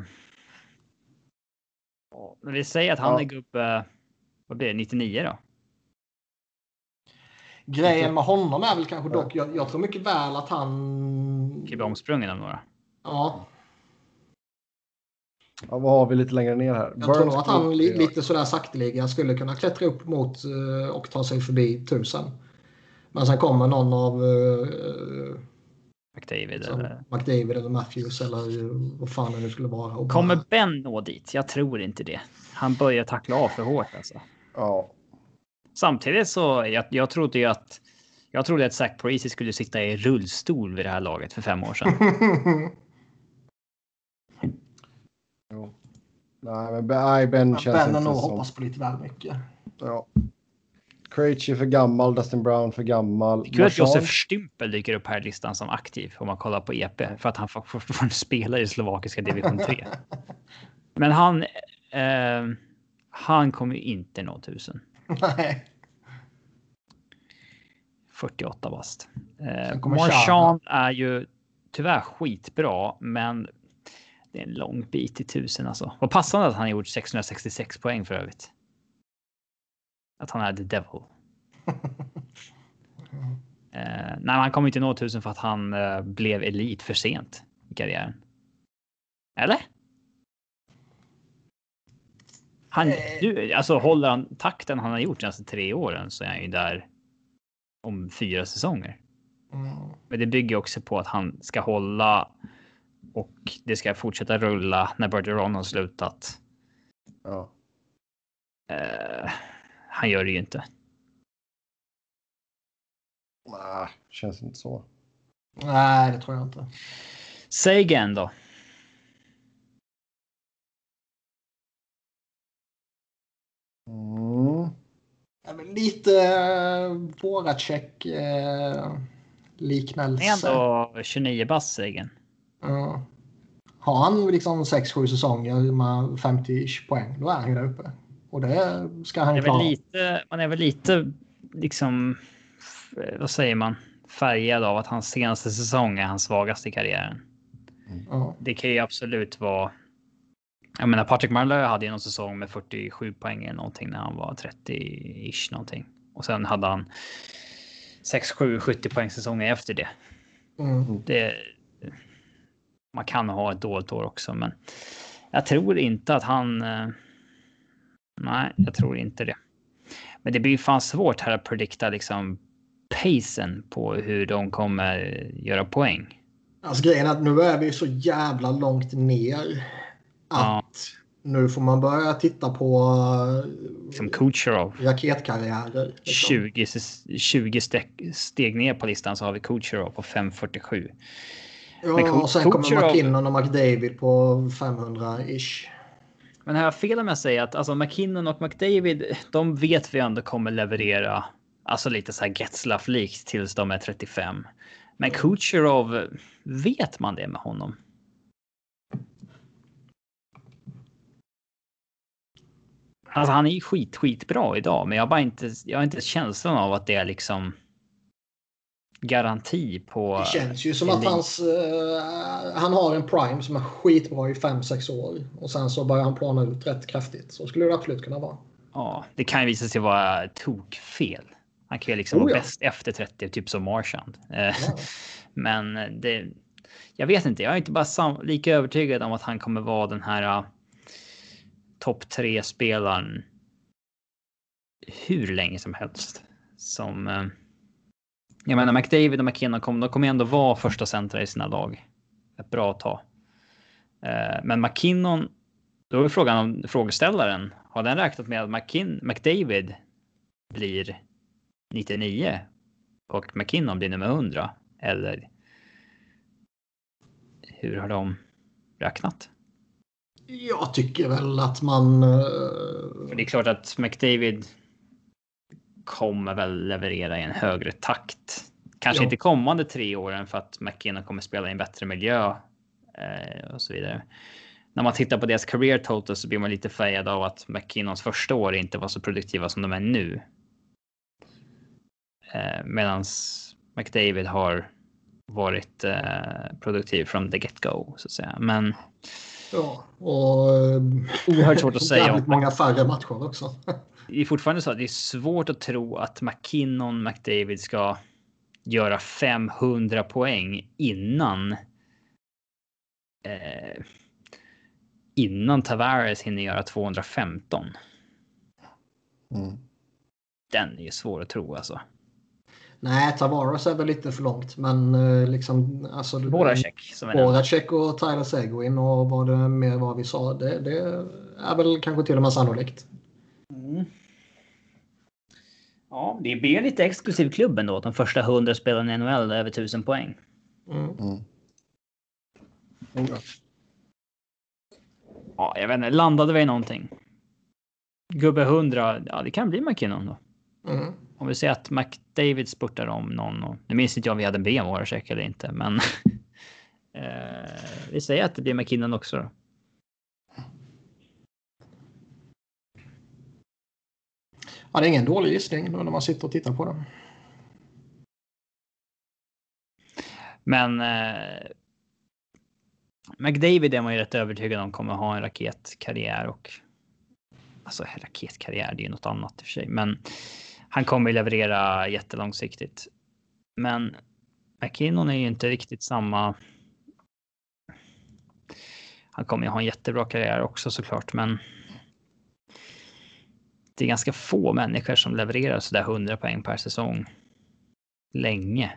ja, men vi säger att han Ja. är gubbe, vad blir det, nittionio då? Grejen med honom är väl kanske dock, jag, jag tror mycket väl att han... Kan bli omsprungen av några. Ja, Ja, vad har vi lite längre ner här? jag tror nog att han li, Ja. lite sådär sakteliga skulle kunna klättra upp mot eh, och ta sig förbi tusen. Men sen kommer någon av uh, McDavid som eller... McDavid eller Matthews eller eh, vad fan det nu skulle vara. Och Kommer bara, Ben nå dit? Jag tror inte det. Han börjar tackla av för hårt alltså. Ja. Samtidigt så jag, jag trodde ju att jag trodde att Zach Parise skulle sitta i rullstol vid det här laget för fem år sedan. Jo. Nej, men Ben, nej, Ben Men känns Ben inte är nog som... hoppas på lite väl mycket. Ja. Krejci för gammal, Dustin Brown för gammal. Kul att Josef Marchand- Stümpel dyker upp här i listan som aktiv om man kollar på E P för att han fortfarande spelar i slovakiska division tre. Men han eh, han kommer ju inte nå tusen. Nej. fyrtioåtta bast. Eh, Sen kommer Marchand är ju tyvärr skitbra, men det är en lång bit till tusen alltså. Vad passande att han har gjort sexhundrasextiosex poäng för övrigt. Att han är the devil. eh, nej, han kommer inte nå tusen för att han eh, blev elit för sent i karriären. Eller? Han, du, alltså håller han takten han har gjort de senaste tre åren så är han ju där om fyra säsonger. Mm. Men det bygger också på att han ska hålla och det ska fortsätta rulla när Bergeron har slutat. Ja. Eh, han gör det ju inte. Nej, känns inte så. Nej, det tror jag inte. Seguin då. Mm. Ja, men lite äh, Voracek äh, liknelse. Han är ändå tjugonio bass igen. Uh, har han liksom sex sju säsonger med femtio poäng, då är han ju där uppe. Och det ska han man är klara. Väl lite, man är väl lite liksom, vad säger man, färgad av att hans senaste säsong är hans svagaste i karriären. Uh. Det kan ju absolut vara. Jag menar, Patrick Marleau hade ju någon säsong med fyrtiosju poäng eller någonting när han var trettio-ish någonting. Och sen hade han sex sju sjuttio poäng säsonger efter det. Mm. det. Man kan ha ett dåligt år också, men jag tror inte att han... Nej, jag tror inte det. Men det blir fan svårt här att predikta liksom pacen på hur de kommer göra poäng. Alltså grejen är att nu är vi så jävla långt ner att ja. Nu får man börja titta på som Kucherov. Raketkarriärer. Liksom. tjugo, tjugo steg, steg ner på listan så har vi Kucherov på fem femtiosju. Ja, men och sen Kucherov... kommer McKinnon och McDavid på femhundra-ish. Men har jag fel om jag säger att alltså McKinnon och McDavid, de vet vi ändå kommer leverera alltså lite så här Getzlaff-likt tills de är trettiofem. Men Kucherov, vet man det med honom? Alltså han är ju skit, skitbra idag, men jag har bara inte, jag har inte känslan av att det är liksom garanti på... Det känns ju som att hans, uh, han har en prime som är skitbra i fem sex år. Och sen så börjar han plana ut rätt kraftigt. Så skulle det absolut kunna vara. Ja, det kan ju visa sig vara tokfel. Han kan ju liksom oh, vara ja. bäst efter trettio, typ som Marchand. Ja. Men det... Jag vet inte, jag är inte bara sam- lika övertygad om att han kommer vara den här uh, topp tre spelaren hur länge som helst. Som... Uh, Jag menar, McDavid och McKinnon kommer, de kommer ändå vara första centra i sina lag. Ett bra tag. Eh, men McKinnon, då är frågan om frågeställaren. Har den räknat med att McKin, McDavid blir nittionio och McKinnon blir nummer hundra? Eller hur har de räknat? Jag tycker väl att man... Uh... För det är klart att McDavid kommer väl leverera i en högre takt. Kanske jo. inte kommande tre åren för att McKinnon kommer spela i en bättre miljö eh, och så vidare. När man tittar på deras career total så blir man lite färgad av att McKinnons första år inte var så produktiva som de är nu. Eh, Medan McDavid har varit eh, produktiv från the get-go så att säga. Men ja, och oerhört svårt att säga. Jävligt många färre matcher också. Det är fortfarande så att det är svårt att tro att McKinnon McDavid ska göra femhundra poäng innan eh, innan Tavares hinner göra tvåhundrafemton. Mm. Den är ju svår att tro alltså. Nej, Tavares är väl lite för långt, men eh, liksom alltså Voracek som är Voracek och Tyler Seguin och vad det mer var vi sa, det, det är väl kanske till och med sannolikt. Mm. Ja, det blir lite exklusiv klubben då. De första hundra spelarna i N H L över tusen poäng. Mm. Mm. Mm. Ja, jag vet inte. Landade vi i någonting? Gubbe hundra. Ja, det kan bli McKinnon då. Mm. Om vi säger att McDavid spurtar om någon. Och, nu minns inte jag om vi hade en B M Voracek eller inte. Men eh, vi säger att det blir McKinnon också då. Ja, det är ingen dålig gissning när man sitter och tittar på den. Men eh, McDavid är man ju rätt övertygad om kommer ha en raketkarriär och alltså raketkarriär, det är ju något annat i och för sig, men han kommer ju leverera jättelångsiktigt. Men McKinnon är ju inte riktigt samma. Han kommer ju ha en jättebra karriär också såklart, men det är ganska få människor som levererar så där hundra poäng per säsong länge.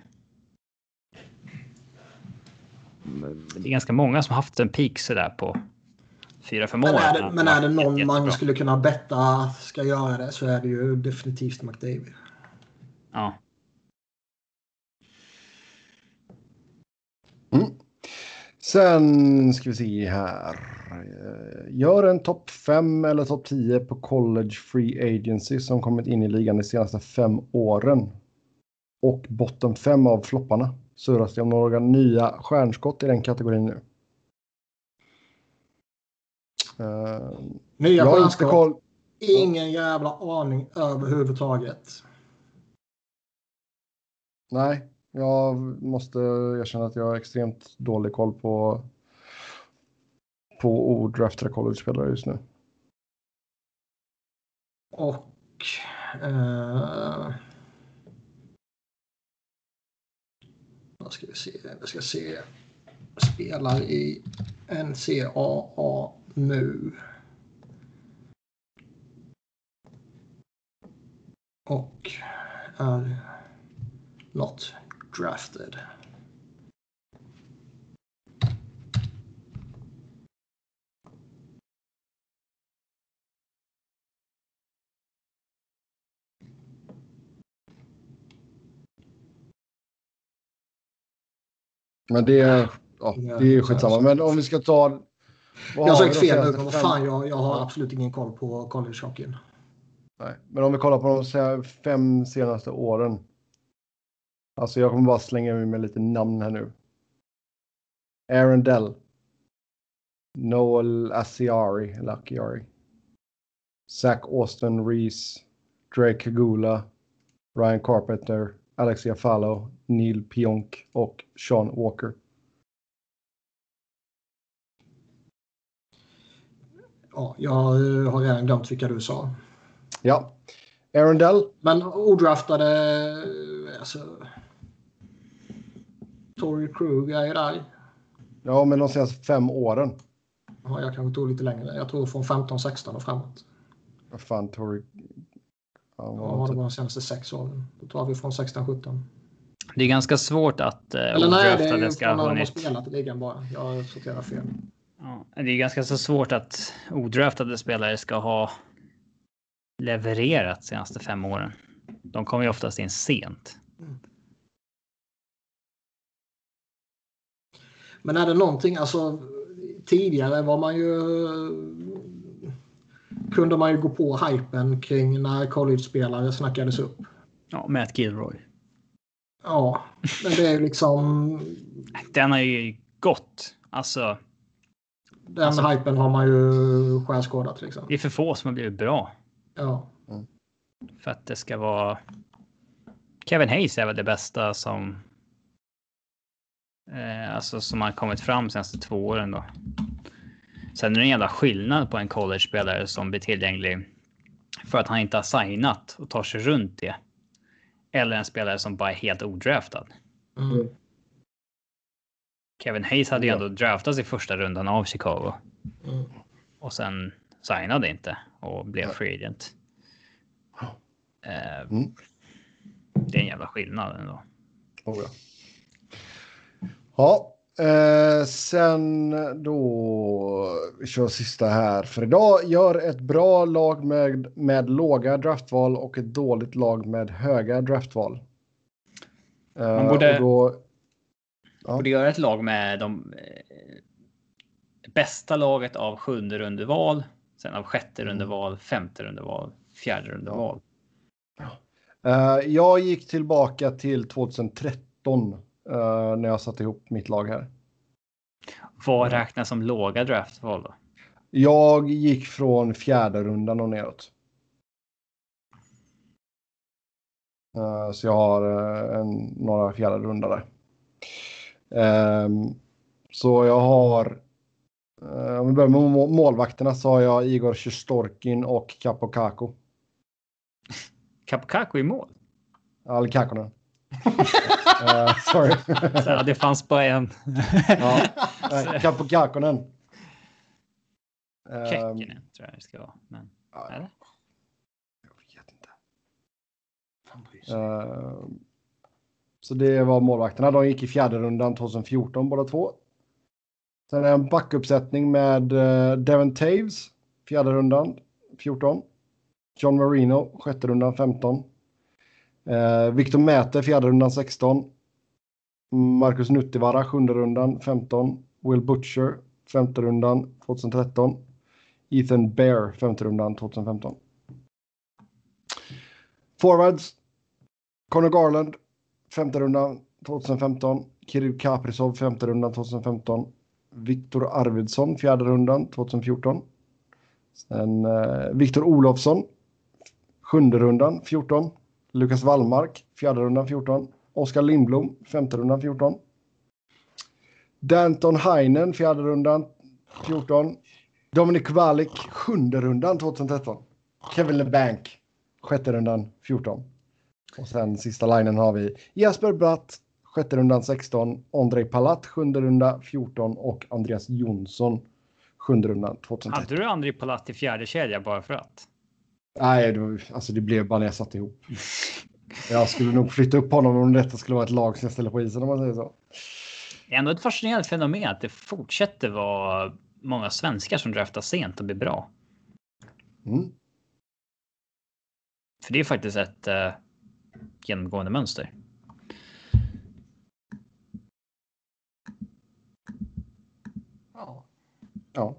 Det är ganska många som haft en peak så där på fyra fem år. Men är det, men är det någon man skulle kunna betta ska göra det så är det ju definitivt McDavid. Ja. Mm. Sen ska vi se här. Gör en topp fem eller topp tio på college free agency som kommit in i ligan de senaste fem åren. Och botten fem av flopparna. Surras det om några nya stjärnskott i den kategorin nu. Uh, nya stjärnskott? Koll... Ingen jävla aning överhuvudtaget. Nej, jag måste erkänna att jag har extremt dålig koll på på odraftade college-spelare just nu. Och eh, vad ska vi se? Vi ska se spelar i N C A A nu. Och är not drafted. Men det är, ja, det är skitsamma. Men om vi ska ta... Jag har sagt fel nu, men fan, jag, jag har absolut ingen koll på college-hockeyn. Nej, men om vi kollar på de fem senaste åren. Alltså jag kommer bara slänga mig med lite namn här nu. Aaron Dell. Noel Acciari, eller Acciari. Zach Austin Reese. Drake Kagula. Ryan Carpenter. Alexia Fallow. Neil Pionk och Sean Walker. Ja, jag har redan glömt vilka du sa. Ja. Aaron Dell. Men odraftade, alltså, Torrey Krug är ju där. Ja, men de senaste fem åren. Ja, jag kanske tog lite längre. Jag tror från femton sexton och framåt. Vad fan, Torrey... Ja, var det var de senaste sex åren. Då tar vi från sexton sjutton. Det är ganska svårt att uh, Eller nej, det är ju ska från ha när de har hunnit... spelat i ligan bara. Jag sorterar fel. Ja, det är ganska så svårt att odraftade spelare ska ha levererat de senaste fem åren. De kommer ju oftast in sent. Mm. Men är det någonting, alltså tidigare var man ju kunde man ju gå på hypen kring när college-spelare snackades upp. Ja, Matt Gilroy. Ja, men det är ju liksom... Den har ju gått. Alltså... Den alltså, hypen har man ju skärskådat liksom. Det är för få som har blivit bra. Ja. Mm. För att det ska vara... Kevin Hayes är väl det bästa som... Eh, alltså som har kommit fram senaste två åren då. Sen är det en jävla skillnad på en college-spelare som blir tillgänglig för att han inte har signat och tar sig runt det. Eller en spelare som bara är helt odraftad. Mm. Kevin Hayes hade ju ändå draftats i första rundan av Chicago. Mm. Och sen signade inte och blev free agent. Eh, Mm. Det är en jävla skillnad ändå. Oh, ja. Ja, eh, sen då vi kör sista här för idag. Gör ett bra lag med, med låga draftval och ett dåligt lag med höga draftval. Eh, Man borde, och då, ja. borde göra ett lag med de eh, bästa laget av sjunde rundeval, sen av sjätte rundeval, femte rundeval, fjärde rundeval. Ja. Eh, jag gick tillbaka till tjugohundratretton. Uh, när jag satte ihop mitt lag här. Vad räknas som låga draftval då? Jag gick från fjärde rundan och neråt. Uh, så jag har uh, en, några fjärde runda där. Um, så jag har uh, om vi börjar med må- målvakterna så har jag Igor Shesterkin och Kaapo Kakko. Kaapo Kakko i mål? Eller Kakkonen. uh, sorry. Så, ja, det fanns bara en. Ja, Kaapo Kakkonen. Kekkinen tror jag det ska vara. Men, ja, eller? Jag vet inte. Uh, så det var målvakterna. De gick i fjärde rundan tjugohundrafjorton båda två. Sen är det en backuppsättning med uh, Devon Taves. Fjärde rundan fjorton. John Marino sjätte rundan femton. Uh, Victor Mäte fjärde rundan sexton. Marcus Nuttivaara sjunde rundan femton. Will Butcher, femte rundan tjugohundratretton. Ethan Bear, femte rundan tjugohundrafemton. Forwards. Connor Garland, femte rundan tjugohundrafemton. Kirill Kaprizov, femte rundan tjugohundrafemton. Viktor Arvidsson, fjärde rundan tjugohundrafjorton. Sen eh, Viktor Olofsson, sjunde rundan fjorton. Lukas Wallmark, fjärde rundan fjorton. Oskar Lindblom, femte rundan fjorton. Danton Heinen, fjärde rundan fjorton. Dominik Kubalik, sjunde rundan tjugohundratretton. Kevin LeBanc, sjätte rundan fjorton. Och sen sista linen har vi Jesper Bratt, sjätte rundan sexton. Andrei Palat, sjunde rundan fjorton. Och Andreas Jonsson, sjunde rundan tjugohundratretton. Hade du Andrei Palat i fjärde kedja bara för att? Nej, det, var, alltså det blev bara när jag satt ihop. Jag skulle nog flytta upp honom om detta skulle vara ett lag som jag ställer på isen, om man säger så. Det är ändå ett fascinerande fenomen att det fortsätter vara många svenskar som draftas sent och blir bra. Mm. För det är faktiskt ett uh, genomgående mönster. Ja. Ja.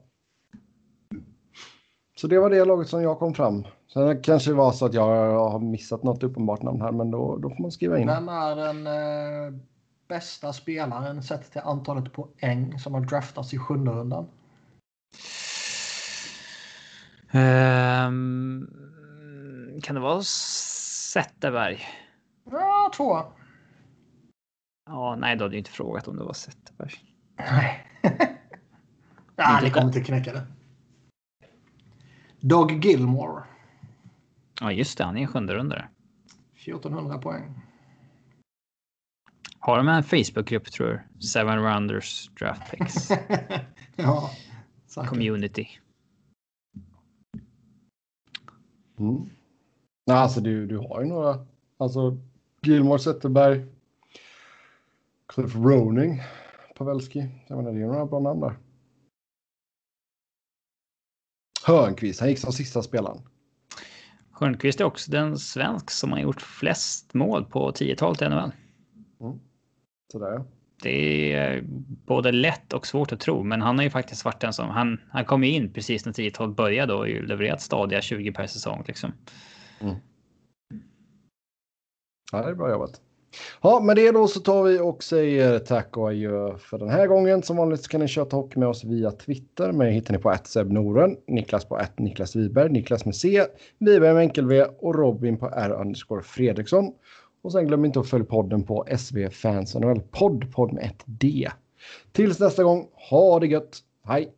Så det var det laget som jag kom fram. Sen kanske det var så att jag har missat något uppenbart namn här, men då, då får man skriva in. Vem är den eh, bästa spelaren sett till antalet poäng som har draftats i sjunde rundan? Um, kan det vara Zetterberg? Ja, två. Ja, nej, då hade jag inte frågat om det var Zetterberg. Nej. Ja, ni kommer till knäcka det. Doug Gilmore. Ja, just det. Han är en sjunde rundare. fjortonhundra poäng. Har de en Facebookgrupp, tror jag? Seven Rounders Draft Picks. Ja, säkert. Community. Mm. Nej, alltså du, du har ju några. Alltså Gilmore, Zetterberg, Cliff Roning, Pavelski. Jag menar, det är några bra namn där. Hörnqvist, han gick som sista spelaren. Hörnqvist är också den svensk som har gjort flest mål på tiotalet i N H L. Mm. Sådär. Det är både lätt och svårt att tro, men han har ju faktiskt varit den som han, han kom ju in precis när tiotalet började och ju levererat stadiga tjugo per säsong liksom. Mm. Ja, det är bra jobbat. Ja, med det då så tar vi och säger tack och adjö för den här gången. Som vanligt så kan ni köta hockey med oss via Twitter. Mig hittar ni på att Seb Noren, Niklas på att Niklas Wiberg, Niklas med C, Wiberg med enkel V och Robin på R underscore Fredriksson. Och sen glöm inte att följa podden på S V Fans N H L podd, podd med ett D. Tills nästa gång, ha det gött. Hej!